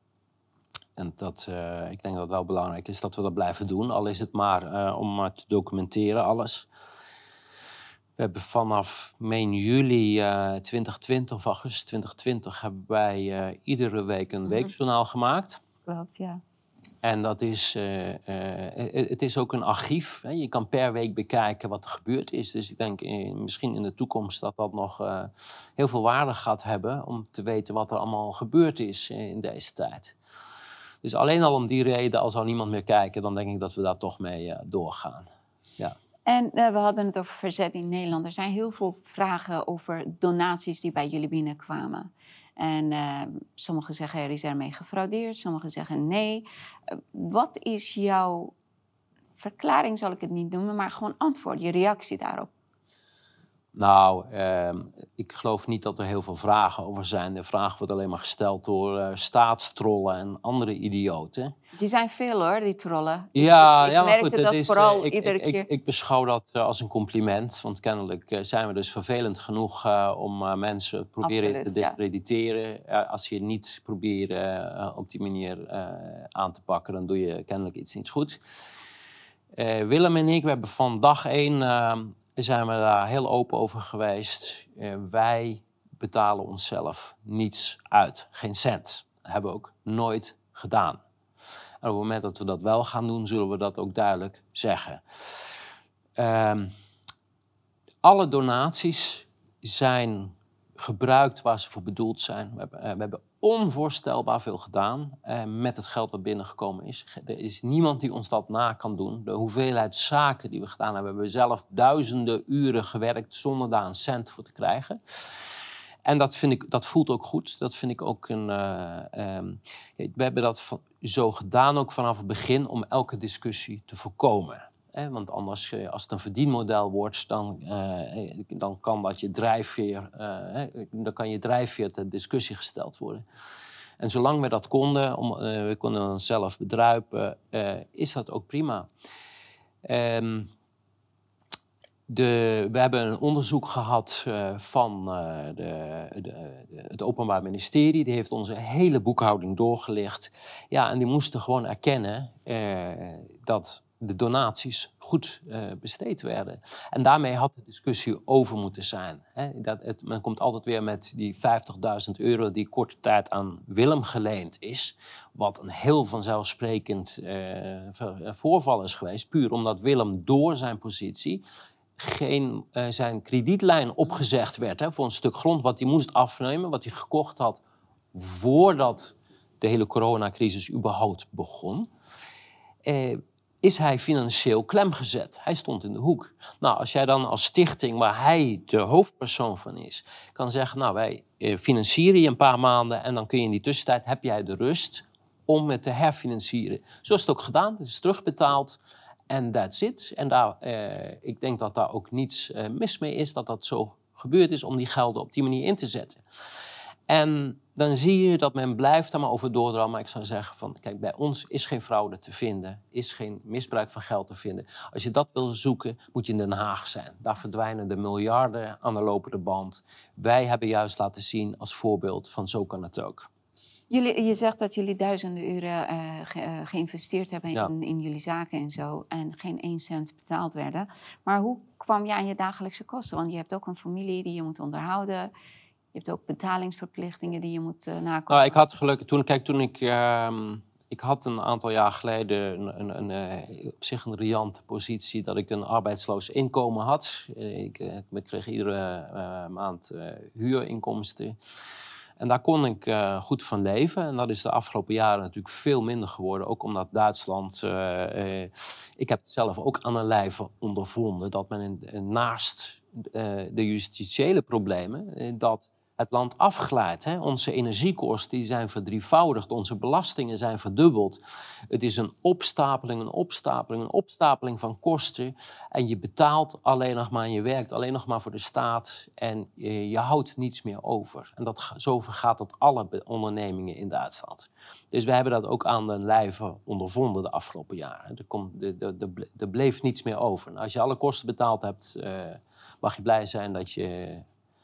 En ik denk dat het wel belangrijk is dat we dat blijven doen. Al is het maar om maar te documenteren, alles. We hebben vanaf juli 2020 of augustus 2020 hebben wij iedere week een weekjournaal gemaakt. Klopt, ja. En dat is, het is ook een archief. Hè. Je kan per week bekijken wat er gebeurd is. Dus ik denk misschien in de toekomst dat nog heel veel waarde gaat hebben... om te weten wat er allemaal gebeurd is in deze tijd. Dus alleen al om die reden, al zou niemand meer kijken... dan denk ik dat we daar toch mee doorgaan. Ja. En we hadden het over verzet in Nederland. Er zijn heel veel vragen over donaties die bij jullie binnenkwamen. En sommigen zeggen er is ermee gefraudeerd, sommigen zeggen nee. Wat is jouw verklaring, zal ik het niet noemen, maar gewoon antwoord, je reactie daarop? Nou, ik geloof niet dat er heel veel vragen over zijn. De vraag wordt alleen maar gesteld door staatstrollen en andere idioten. Die zijn veel hoor, die trollen. Ja, ik maar merkte goed, dat vooral iedere keer. Ik beschouw dat als een compliment. Want kennelijk zijn we dus vervelend genoeg om mensen proberen te discrediteren. Als je niet probeert op die manier aan te pakken, dan doe je kennelijk iets niet goed. Willem en ik, we hebben van dag 1 zijn we daar heel open over geweest. Wij betalen onszelf niets uit, geen cent. Dat hebben we ook nooit gedaan. En op het moment dat we dat wel gaan doen, zullen we dat ook duidelijk zeggen. Alle donaties zijn gebruikt waar ze voor bedoeld zijn. We hebben onvoorstelbaar veel gedaan met het geld wat binnengekomen is. Er is niemand die ons dat na kan doen. De hoeveelheid zaken die we gedaan hebben, hebben we zelf duizenden uren gewerkt zonder daar een cent voor te krijgen. En dat voelt ook goed. Dat vind ik ook we hebben dat zo gedaan ook vanaf het begin om elke discussie te voorkomen. Want anders, als het een verdienmodel wordt, dan kan dat je drijfveer, dan kan je drijfveer ter discussie gesteld worden. En zolang we dat konden, we konden onszelf bedruipen, is dat ook prima. We hebben een onderzoek gehad van het Openbaar Ministerie. Die heeft onze hele boekhouding doorgelicht. Ja, en die moesten gewoon erkennen dat de donaties goed besteed werden. En daarmee had de discussie over moeten zijn. Men komt altijd weer met die €50.000 die korte tijd aan Willem geleend is. Wat een heel vanzelfsprekend voorval is geweest. Puur omdat Willem door zijn positie zijn kredietlijn opgezegd werd voor een stuk grond wat hij moest afnemen, wat hij gekocht had voordat de hele coronacrisis überhaupt begon, is hij financieel klemgezet. Hij stond in de hoek. Nou, als jij dan als stichting, waar hij de hoofdpersoon van is, kan zeggen, nou, wij financieren je een paar maanden en dan kun je in die tussentijd, heb jij de rust om het te herfinancieren. Zo is het ook gedaan, het is terugbetaald. En that's it. En ik denk dat daar ook niets mis mee is, dat dat zo gebeurd is om die gelden op die manier in te zetten. En dan zie je dat men blijft daar maar over doordrammen. Maar ik zou zeggen van, kijk, bij ons is geen fraude te vinden, is geen misbruik van geld te vinden. Als je dat wil zoeken, moet je in Den Haag zijn. Daar verdwijnen de miljarden aan de lopende band. Wij hebben juist laten zien als voorbeeld van zo kan het ook. Je zegt dat jullie duizenden uren geïnvesteerd hebben in jullie zaken en zo. En geen 1 cent betaald werden. Maar hoe kwam je aan je dagelijkse kosten? Want je hebt ook een familie die je moet onderhouden. Je hebt ook betalingsverplichtingen die je moet nakomen. Nou, ik had geluk. Ik had een aantal jaar geleden op zich een riante positie dat ik een arbeidsloos inkomen had. Ik kreeg iedere maand huurinkomsten. En daar kon ik goed van leven. En dat is de afgelopen jaren natuurlijk veel minder geworden. Ook omdat Duitsland... ik heb het zelf ook aan een lijve ondervonden. Dat men naast de justitiële problemen... dat het land afglijdt. Onze energiekosten die zijn verdrievoudigd. Onze belastingen zijn verdubbeld. Het is een opstapeling van kosten. En je betaalt alleen nog maar en je werkt alleen nog maar voor de staat. En je houdt niets meer over. En zo vergaat dat alle ondernemingen in Duitsland. Dus we hebben dat ook aan de lijve ondervonden de afgelopen jaren. Er bleef niets meer over. Als je alle kosten betaald hebt, mag je blij zijn dat je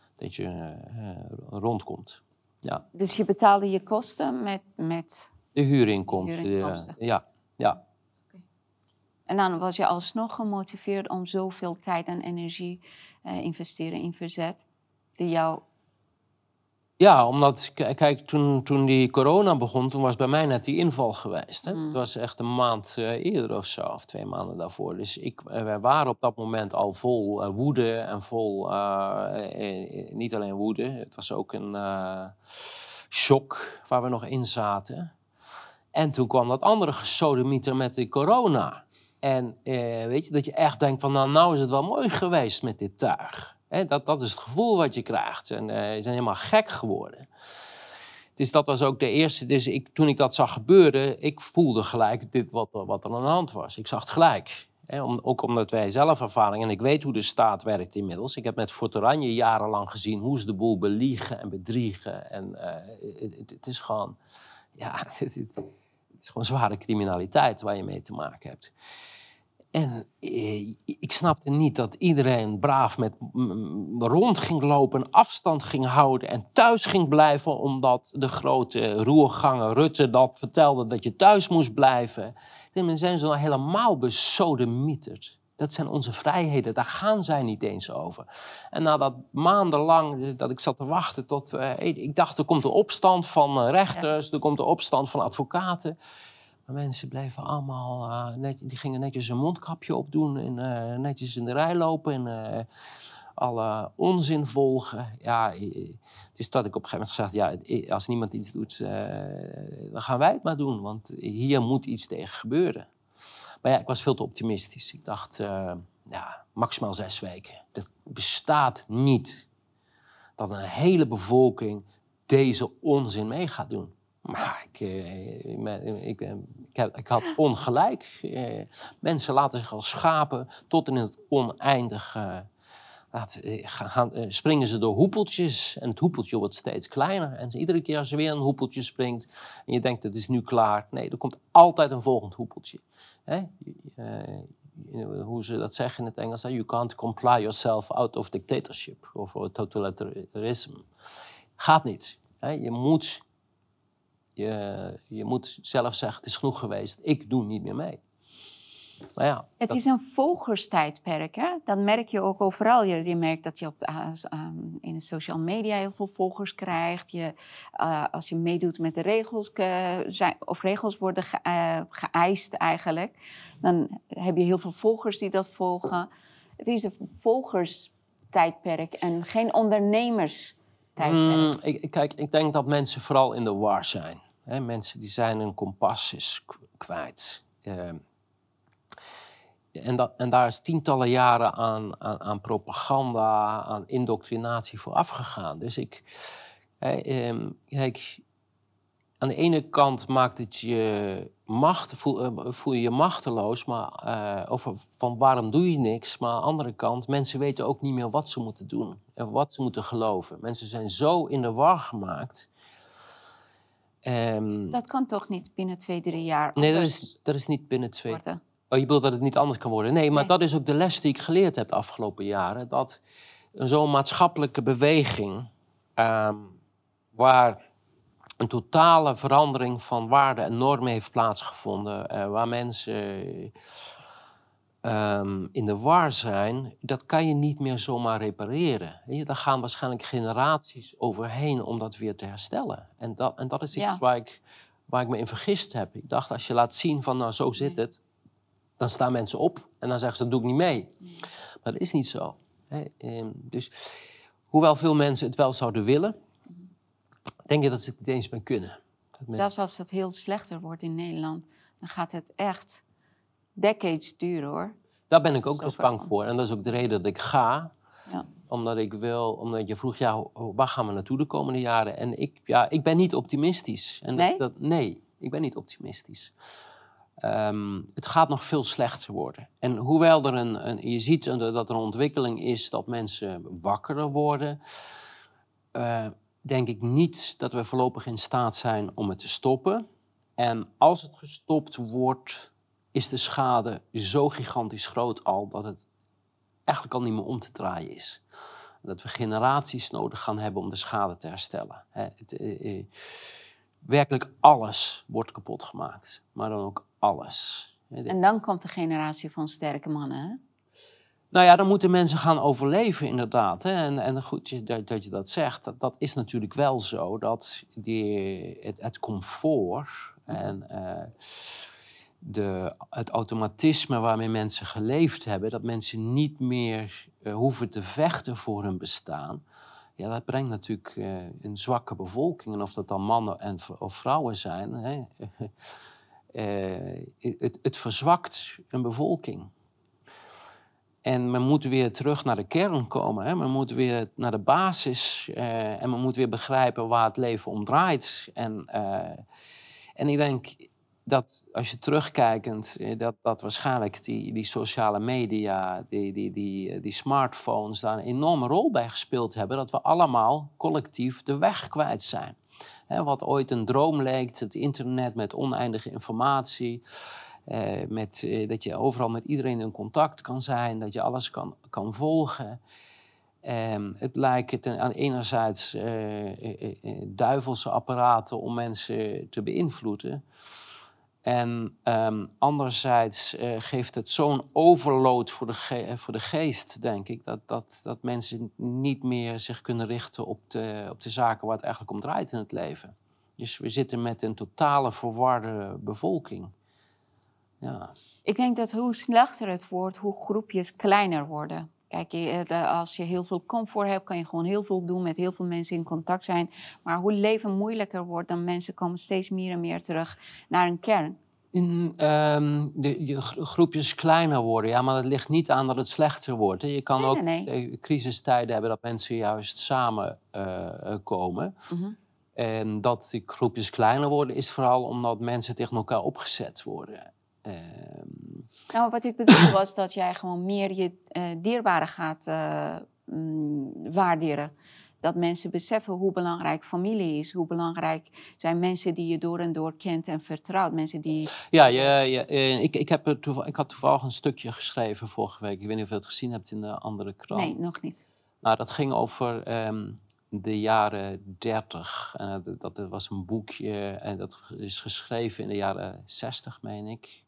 rondkomt. Ja. Dus je betaalde je kosten met de huurinkomsten. Ja. Okay. En dan was je alsnog gemotiveerd om zoveel tijd en energie investeren in verzet die jou... Ja, omdat, kijk, toen die corona begon, toen was bij mij net die inval geweest. Hè? Het was echt een maand eerder of zo, of 2 maanden daarvoor. Dus wij waren op dat moment al vol woede en vol, niet alleen woede, het was ook een shock waar we nog in zaten. En toen kwam dat andere gesodemieter met de corona. En weet je, dat je echt denkt van, nou is het wel mooi geweest met dit tuig. Dat is het gevoel wat je krijgt. En ze zijn helemaal gek geworden. Dus dat was ook de eerste. Dus toen ik dat zag gebeuren, ik voelde gelijk wat er aan de hand was. Ik zag het gelijk. Ook omdat wij zelf ervaring, en ik weet hoe de staat werkt inmiddels. Ik heb met Fort Oranje jarenlang gezien hoe ze de boel beliegen en bedriegen. En het is gewoon, ja, het is gewoon zware criminaliteit waar je mee te maken hebt. En ik snapte niet dat iedereen braaf rond ging lopen, afstand ging houden en thuis ging blijven, omdat de grote roerganger Rutte dat vertelde dat je thuis moest blijven. Dan zijn ze al helemaal besodemieterd. Dat zijn onze vrijheden, daar gaan zij niet eens over. En nadat maandenlang dat ik zat te wachten tot... ik dacht, er komt een opstand van rechters, er komt een opstand van advocaten. Maar mensen bleven allemaal... die gingen netjes een mondkapje opdoen en netjes in de rij lopen en alle onzin volgen. Ja, dus dat ik op een gegeven moment gezegd... ja, als niemand iets doet, dan gaan wij het maar doen. Want hier moet iets tegen gebeuren. Maar ja, ik was veel te optimistisch. Ik dacht, maximaal 6 weken. Dat bestaat niet. Dat een hele bevolking deze onzin mee gaat doen. Maar ik had ongelijk. Mensen laten zich als schapen tot in het oneindige... springen ze door hoepeltjes en het hoepeltje wordt steeds kleiner. En iedere keer als er weer een hoepeltje springt en je denkt, het is nu klaar. Nee, er komt altijd een volgend hoepeltje. Hoe ze dat zeggen in het Engels. You can't comply yourself out of dictatorship of totalitarisme. Gaat niet. Je moet zelf zeggen, het is genoeg geweest. Ik doe niet meer mee. Nou ja, het is een volgerstijdperk, hè? Dat merk je ook overal. Je merkt dat je in de social media heel veel volgers krijgt. Als je meedoet met de regels, of regels worden geëist eigenlijk, dan heb je heel veel volgers die dat volgen. Het is een volgerstijdperk en geen ondernemerstijdperk. Kijk, ik denk dat mensen vooral in de war zijn. Mensen die zijn hun kompas is kwijt. En daar is tientallen jaren aan propaganda, aan indoctrinatie voor afgegaan. Dus kijk, aan de ene kant maakt het voel je je machteloos, maar van waarom doe je niks. Maar aan de andere kant, mensen weten ook niet meer wat ze moeten doen en wat ze moeten geloven. Mensen zijn zo in de war gemaakt. Dat kan toch niet binnen 2-3 jaar? Nee, dat is niet binnen 2 worden. Oh, je bedoelt dat het niet anders kan worden? Nee, maar dat is ook de les die ik geleerd heb de afgelopen jaren. Dat zo'n maatschappelijke beweging, waar een totale verandering van waarden en normen heeft plaatsgevonden, waar mensen in de war zijn, dat kan je niet meer zomaar repareren. Daar gaan waarschijnlijk generaties overheen om dat weer te herstellen. En dat is iets waar ik me in vergist heb. Ik dacht, als je laat zien van, nou, zo zit het, dan staan mensen op en dan zeggen ze, dat doe ik niet mee. Maar dat is niet zo. Dus hoewel veel mensen het wel zouden willen, denk ik dat ze het niet eens meer kunnen. Zelfs als het heel slechter wordt in Nederland, dan gaat het echt decades duren, hoor. Daar ben ik ook dus bang voor. En dat is ook de reden dat ik ga. Ja. Omdat je vroeg, waar gaan we naartoe de komende jaren? En ik ben niet optimistisch. En nee? Nee, ik ben niet optimistisch. Het gaat nog veel slechter worden. En hoewel je ziet dat er een ontwikkeling is dat mensen wakkerder worden, denk ik niet dat we voorlopig in staat zijn om het te stoppen. En als het gestopt wordt, is de schade zo gigantisch groot al dat het eigenlijk al niet meer om te draaien is. Dat we generaties nodig gaan hebben om de schade te herstellen. Werkelijk alles wordt kapot gemaakt, maar dan ook alles. En dan komt de generatie van sterke mannen, hè? Nou ja, dan moeten mensen gaan overleven, inderdaad. Hè? En goed dat je dat zegt. Dat is natuurlijk wel zo, dat het comfort en het automatisme waarmee mensen geleefd hebben, dat mensen niet meer hoeven te vechten voor hun bestaan, ja, dat brengt natuurlijk een zwakke bevolking. En of dat dan mannen of vrouwen zijn, het verzwakt een bevolking. En men moet weer terug naar de kern komen. Hè? Men moet weer naar de basis. En men moet weer begrijpen waar het leven om draait. En ik denk dat als je terugkijkend, dat waarschijnlijk die sociale media, die smartphones daar een enorme rol bij gespeeld hebben. Dat we allemaal collectief de weg kwijt zijn. Wat ooit een droom leek, het internet met oneindige informatie. Dat je overal met iedereen in contact kan zijn, dat je alles kan volgen. Het lijkt aan enerzijds duivelse apparaten om mensen te beïnvloeden. En anderzijds geeft het zo'n overload voor de geest, denk ik, dat mensen niet meer zich kunnen richten op de zaken waar het eigenlijk om draait in het leven. Dus we zitten met een totale verwarde bevolking. Ja. Ik denk dat hoe slechter het wordt, hoe groepjes kleiner worden. Kijk, als je heel veel comfort hebt, kan je gewoon heel veel doen, met heel veel mensen in contact zijn. Maar hoe het leven moeilijker wordt, dan mensen komen steeds meer en meer terug naar een kern. De groepjes kleiner worden, ja, maar dat ligt niet aan dat het slechter wordt. Je kan ook crisistijden hebben dat mensen juist samen komen. En dat die groepjes kleiner worden is vooral omdat mensen tegen elkaar opgezet worden. Nou, wat ik bedoelde was dat jij gewoon meer je dierbaren gaat waarderen. Dat mensen beseffen hoe belangrijk familie is. Hoe belangrijk zijn mensen die je door en door kent en vertrouwt. Mensen die... Ja, ik had toevallig een stukje geschreven vorige week. Ik weet niet of je het gezien hebt in de andere krant. Nee, nog niet. Nou, dat ging over de jaren 30. En dat was een boekje en dat is geschreven in de jaren 60, meen ik.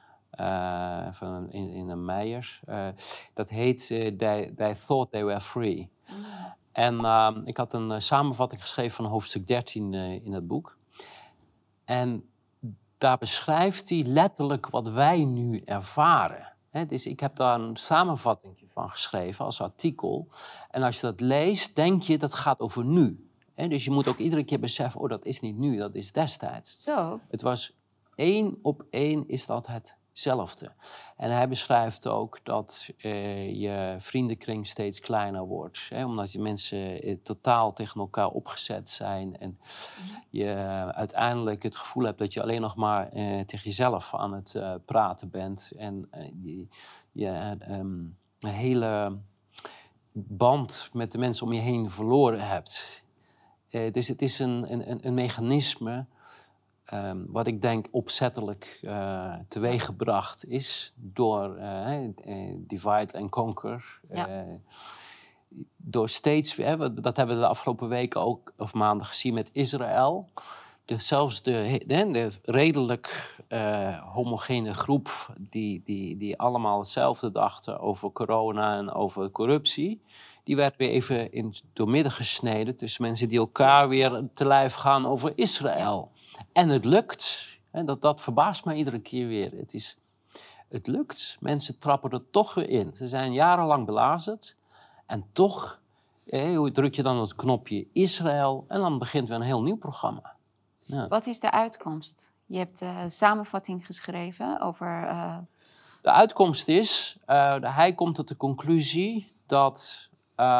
In een Meijers. Dat heet They Thought They Were Free. En ik had een samenvatting geschreven van hoofdstuk 13 in het boek. En daar beschrijft hij letterlijk wat wij nu ervaren. Dus ik heb daar een samenvatting van geschreven als artikel. En als je dat leest, denk je dat gaat over nu. Dus je moet ook iedere keer beseffen, oh, dat is niet nu, dat is destijds. Zo. Het was 1 op 1 is dat hetzelfde. En hij beschrijft ook dat je vriendenkring steeds kleiner wordt. Omdat je mensen totaal tegen elkaar opgezet zijn. En je uiteindelijk het gevoel hebt dat je alleen nog maar tegen jezelf aan het praten bent. En je een hele band met de mensen om je heen verloren hebt. Dus het is een mechanisme wat ik denk opzettelijk teweeggebracht is door divide and conquer. Ja. Door steeds, dat hebben we de afgelopen weken ook, of maanden gezien met Israël. Zelfs de redelijk homogene groep die allemaal hetzelfde dachten over corona en over corruptie, die werd weer even doormidden gesneden tussen mensen die elkaar weer te lijf gaan over Israël. En het lukt. En dat verbaast mij iedere keer weer. Het lukt. Mensen trappen er toch weer in. Ze zijn jarenlang belazerd. En toch druk je dan het knopje Israël en dan begint weer een heel nieuw programma. Ja. Wat is de uitkomst? Je hebt een samenvatting geschreven over... De uitkomst is, hij komt tot de conclusie dat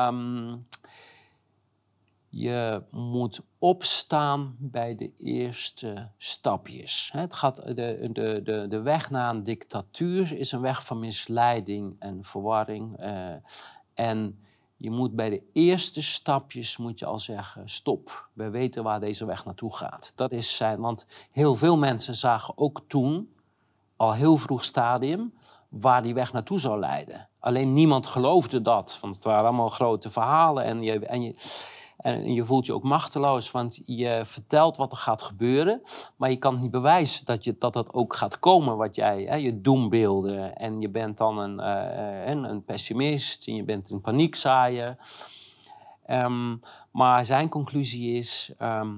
je moet opstaan bij de eerste stapjes. Het gaat, de weg naar een dictatuur is een weg van misleiding en verwarring. En je moet bij de eerste stapjes moet je al zeggen, stop. We weten waar deze weg naartoe gaat. Dat is want heel veel mensen zagen ook toen, al heel vroeg stadium, waar die weg naartoe zou leiden. Alleen niemand geloofde dat, want het waren allemaal grote verhalen. En je voelt je ook machteloos, want je vertelt wat er gaat gebeuren, maar je kan niet bewijzen dat het ook gaat komen wat jij, je doembeelden. En je bent dan een pessimist en je bent een paniekzaaier. Maar zijn conclusie is,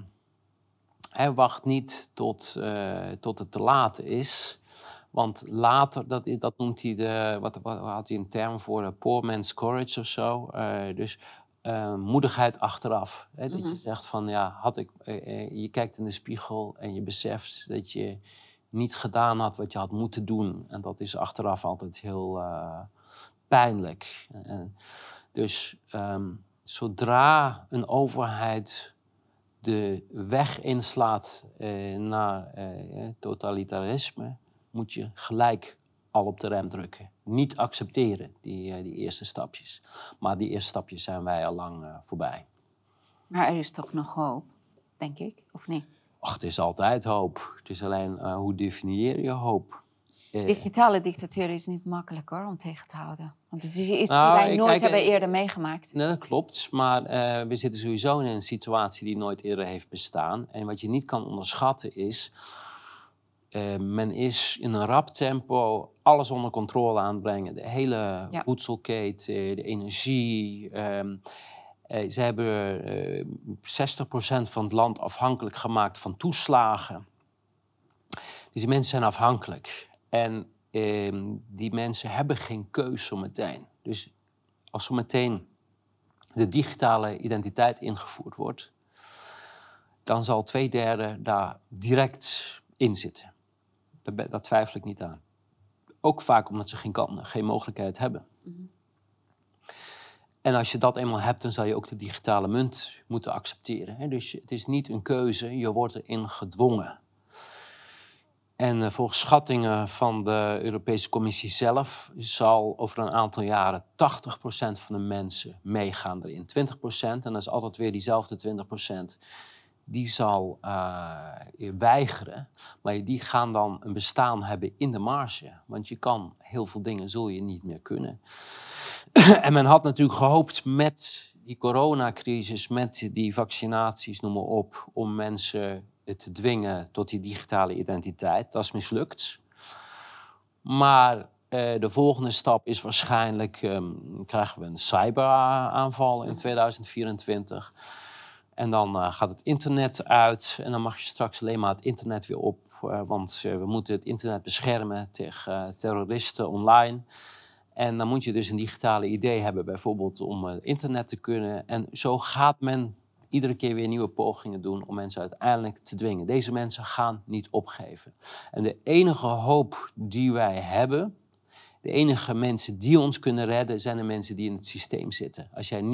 wacht niet tot het te laat is. Want later, dat noemt hij wat had hij een term voor, poor man's courage of zo. Dus moedigheid achteraf. Dat je zegt van, je kijkt in de spiegel en je beseft dat je niet gedaan had wat je had moeten doen. En dat is achteraf altijd heel pijnlijk. Dus zodra een overheid de weg inslaat naar totalitarisme, moet je gelijk al op de rem drukken. Niet accepteren, die eerste stapjes. Maar die eerste stapjes zijn wij al lang voorbij. Maar er is toch nog hoop, denk ik, of niet? Ach, het is altijd hoop. Het is alleen, hoe definieer je hoop? Digitale dictatuur is niet makkelijk hoor, om tegen te houden. Want het is iets die wij nooit hebben eerder meegemaakt. Nee, dat klopt. Maar we zitten sowieso in een situatie die nooit eerder heeft bestaan. En wat je niet kan onderschatten is, Men is in een rap tempo alles onder controle aan het brengen. De hele voedselketen, de energie. Ze hebben 60% van het land afhankelijk gemaakt van toeslagen. Dus die mensen zijn afhankelijk. En die mensen hebben geen keus zometeen. Dus als zometeen de digitale identiteit ingevoerd wordt, dan zal 2/3 daar direct in zitten. Daar twijfel ik niet aan. Ook vaak omdat ze geen mogelijkheid hebben. Mm-hmm. En als je dat eenmaal hebt, dan zal je ook de digitale munt moeten accepteren. Hè? Dus het is niet een keuze, je wordt erin gedwongen. En volgens schattingen van de Europese Commissie zelf zal over een aantal jaren 80% van de mensen meegaan erin. 20%, en dat is altijd weer diezelfde 20%, die zal weigeren. Maar die gaan dan een bestaan hebben in de marge. Want je kan heel veel dingen zul je niet meer kunnen. En men had natuurlijk gehoopt met die coronacrisis, met die vaccinaties, noem maar op, om mensen te dwingen tot die digitale identiteit. Dat is mislukt. Maar de volgende stap is waarschijnlijk, krijgen we een cyberaanval in 2024. En dan gaat het internet uit en dan mag je straks alleen maar het internet weer op. Want we moeten het internet beschermen tegen terroristen online. En dan moet je dus een digitale idee hebben, bijvoorbeeld om internet te kunnen. En zo gaat men iedere keer weer nieuwe pogingen doen om mensen uiteindelijk te dwingen. Deze mensen gaan niet opgeven. En de enige hoop die wij hebben, de enige mensen die ons kunnen redden, zijn de mensen die in het systeem zitten.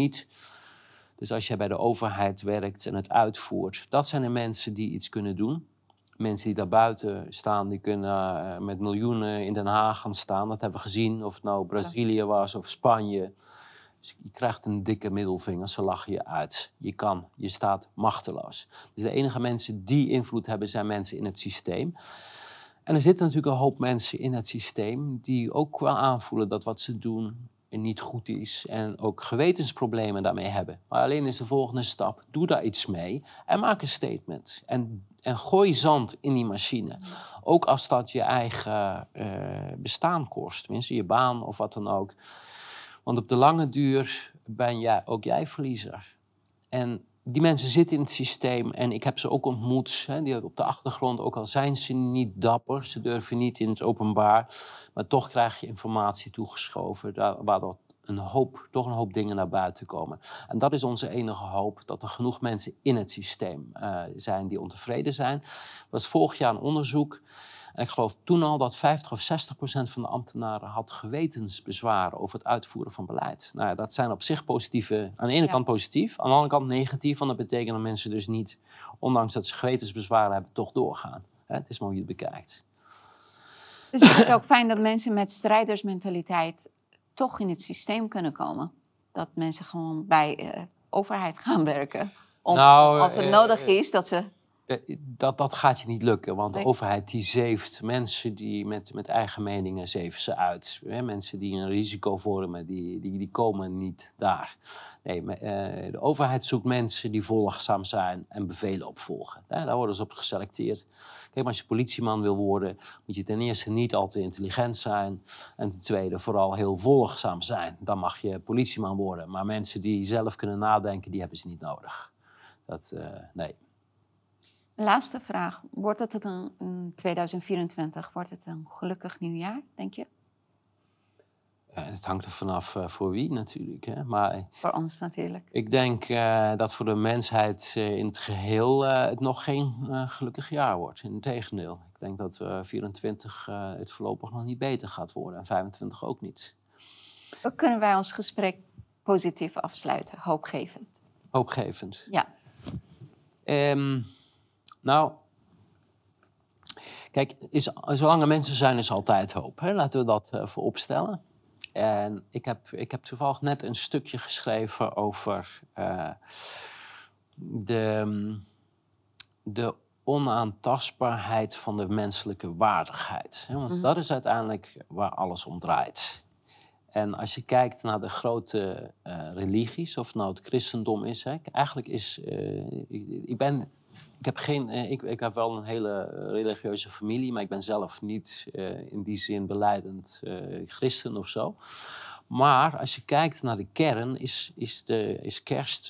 Als jij bij de overheid werkt en het uitvoert, dat zijn de mensen die iets kunnen doen. Mensen die daar buiten staan, die kunnen met miljoenen in Den Haag gaan staan. Dat hebben we gezien, of het nou Brazilië was of Spanje. Dus je krijgt een dikke middelvinger, ze lachen je uit. Je staat machteloos. Dus de enige mensen die invloed hebben, zijn mensen in het systeem. En er zitten natuurlijk een hoop mensen in het systeem die ook wel aanvoelen dat wat ze doen niet goed is en ook gewetensproblemen daarmee hebben. Maar alleen is de volgende stap, doe daar iets mee en maak een statement. En gooi zand in die machine. Ook als dat je eigen bestaan kost. Tenminste, je baan of wat dan ook. Want op de lange duur ben ook jij verliezer. En die mensen zitten in het systeem en ik heb ze ook ontmoet. Die op de achtergrond, ook al zijn ze niet dapper. Ze durven niet in het openbaar. Maar toch krijg je informatie toegeschoven waardoor toch een hoop dingen naar buiten komen. En dat is onze enige hoop, dat er genoeg mensen in het systeem zijn die ontevreden zijn. Er was vorig jaar een onderzoek. En ik geloof toen al dat 50 of 60% van de ambtenaren had gewetensbezwaren over het uitvoeren van beleid. Nou ja, dat zijn op zich positieve, aan de ene kant positief, aan de andere kant negatief. Want dat betekent dat mensen dus niet, ondanks dat ze gewetensbezwaren hebben, toch doorgaan. Het is maar hoe je het bekijkt. Dus het is ook fijn dat mensen met strijdersmentaliteit toch in het systeem kunnen komen. Dat mensen gewoon bij overheid gaan werken. Als het nodig is, dat ze... Dat gaat je niet lukken, want de overheid die zeeft mensen die met eigen meningen zeven ze uit. Mensen die een risico vormen, die komen niet daar. Nee, de overheid zoekt mensen die volgzaam zijn en bevelen opvolgen. Daar worden ze op geselecteerd. Kijk, maar als je politieman wil worden, moet je ten eerste niet al te intelligent zijn. En ten tweede vooral heel volgzaam zijn. Dan mag je politieman worden. Maar mensen die zelf kunnen nadenken, die hebben ze niet nodig. Nee. Laatste vraag. Wordt het in 2024 wordt het een gelukkig nieuwjaar, denk je? Het hangt er vanaf voor wie natuurlijk. Hè? Maar voor ons natuurlijk. Ik denk dat voor de mensheid in het geheel het nog geen gelukkig jaar wordt. Integendeel. Ik denk dat 24 het voorlopig nog niet beter gaat worden. En 25 ook niet. Hoe kunnen wij ons gesprek positief afsluiten? Hoopgevend. Hoopgevend? Ja. Nou, kijk, zolang er mensen zijn, is altijd hoop. Hè? Laten we dat voorop stellen. En ik heb toevallig net een stukje geschreven over de onaantastbaarheid van de menselijke waardigheid. Hè? Want dat is uiteindelijk waar alles om draait. En als je kijkt naar de grote religies, of het nou het christendom is... Hè, eigenlijk is... Ik Ik heb wel een hele religieuze familie, maar ik ben zelf niet in die zin belijdend christen of zo. Maar als je kijkt naar de kern, is kerst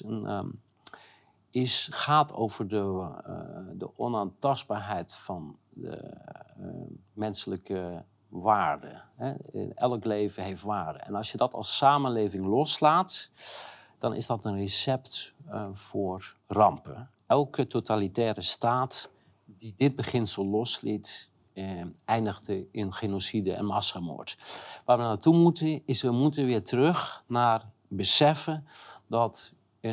gaat over de onaantastbaarheid van de menselijke waarde. Hè? Elk leven heeft waarde. En als je dat als samenleving loslaat, dan is dat een recept voor rampen. Elke totalitaire staat die dit beginsel losliet, eindigde in genocide en massamoord. Waar we naartoe moeten, is we moeten weer terug naar beseffen dat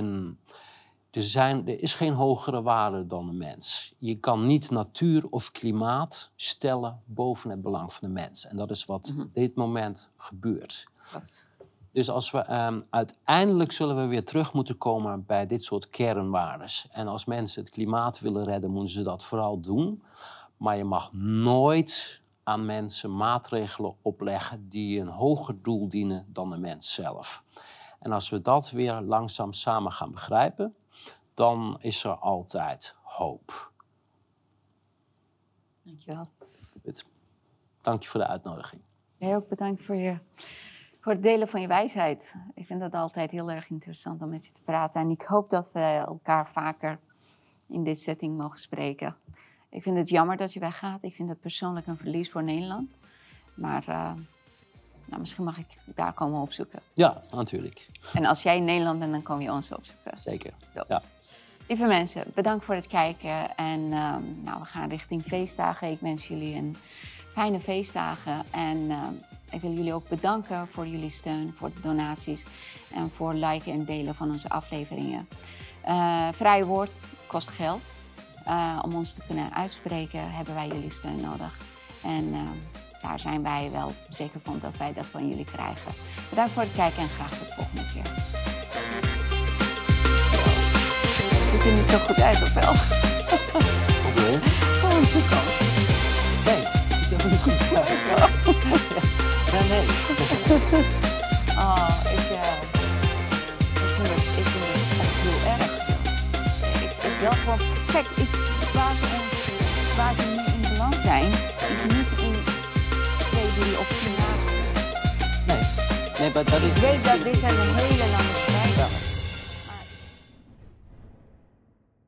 er is geen hogere waarde dan de mens. Je kan niet natuur of klimaat stellen boven het belang van de mens. En dat is wat op dit moment gebeurt. Dus als we, uiteindelijk zullen we weer terug moeten komen bij dit soort kernwaardes. En als mensen het klimaat willen redden, moeten ze dat vooral doen. Maar je mag nooit aan mensen maatregelen opleggen die een hoger doel dienen dan de mens zelf. En als we dat weer langzaam samen gaan begrijpen, dan is er altijd hoop. Dankjewel. Dank je voor de uitnodiging. Jij ook bedankt voor het delen van je wijsheid. Ik vind dat altijd heel erg interessant om met je te praten. En ik hoop dat we elkaar vaker in dit setting mogen spreken. Ik vind het jammer dat je weggaat. Ik vind het persoonlijk een verlies voor Nederland. Maar misschien mag ik daar komen opzoeken. Ja, natuurlijk. En als jij in Nederland bent, dan kom je ons opzoeken. Zeker, Zo. ja. Lieve mensen, bedankt voor het kijken. En we gaan richting feestdagen. Ik wens jullie een fijne feestdagen. En ik wil jullie ook bedanken voor jullie steun, voor de donaties. En voor liken en delen van onze afleveringen. Vrije woord kost geld. Om ons te kunnen uitspreken hebben wij jullie steun nodig. En daar zijn wij wel zeker van dat wij dat van jullie krijgen. Bedankt voor het kijken en graag tot de volgende keer. Het ziet er niet zo goed uit, of wel? Oké. Voor een toekomst. Nee, ik heb het niet goed gedaan. Nee. Ik vind het echt heel erg. Ik wil gewoon... Kijk, waar ze nu in beland zijn, is niet in 2, 3 of 10 dagen. Nee, maar dat is... Ik weet dat dit een hele lange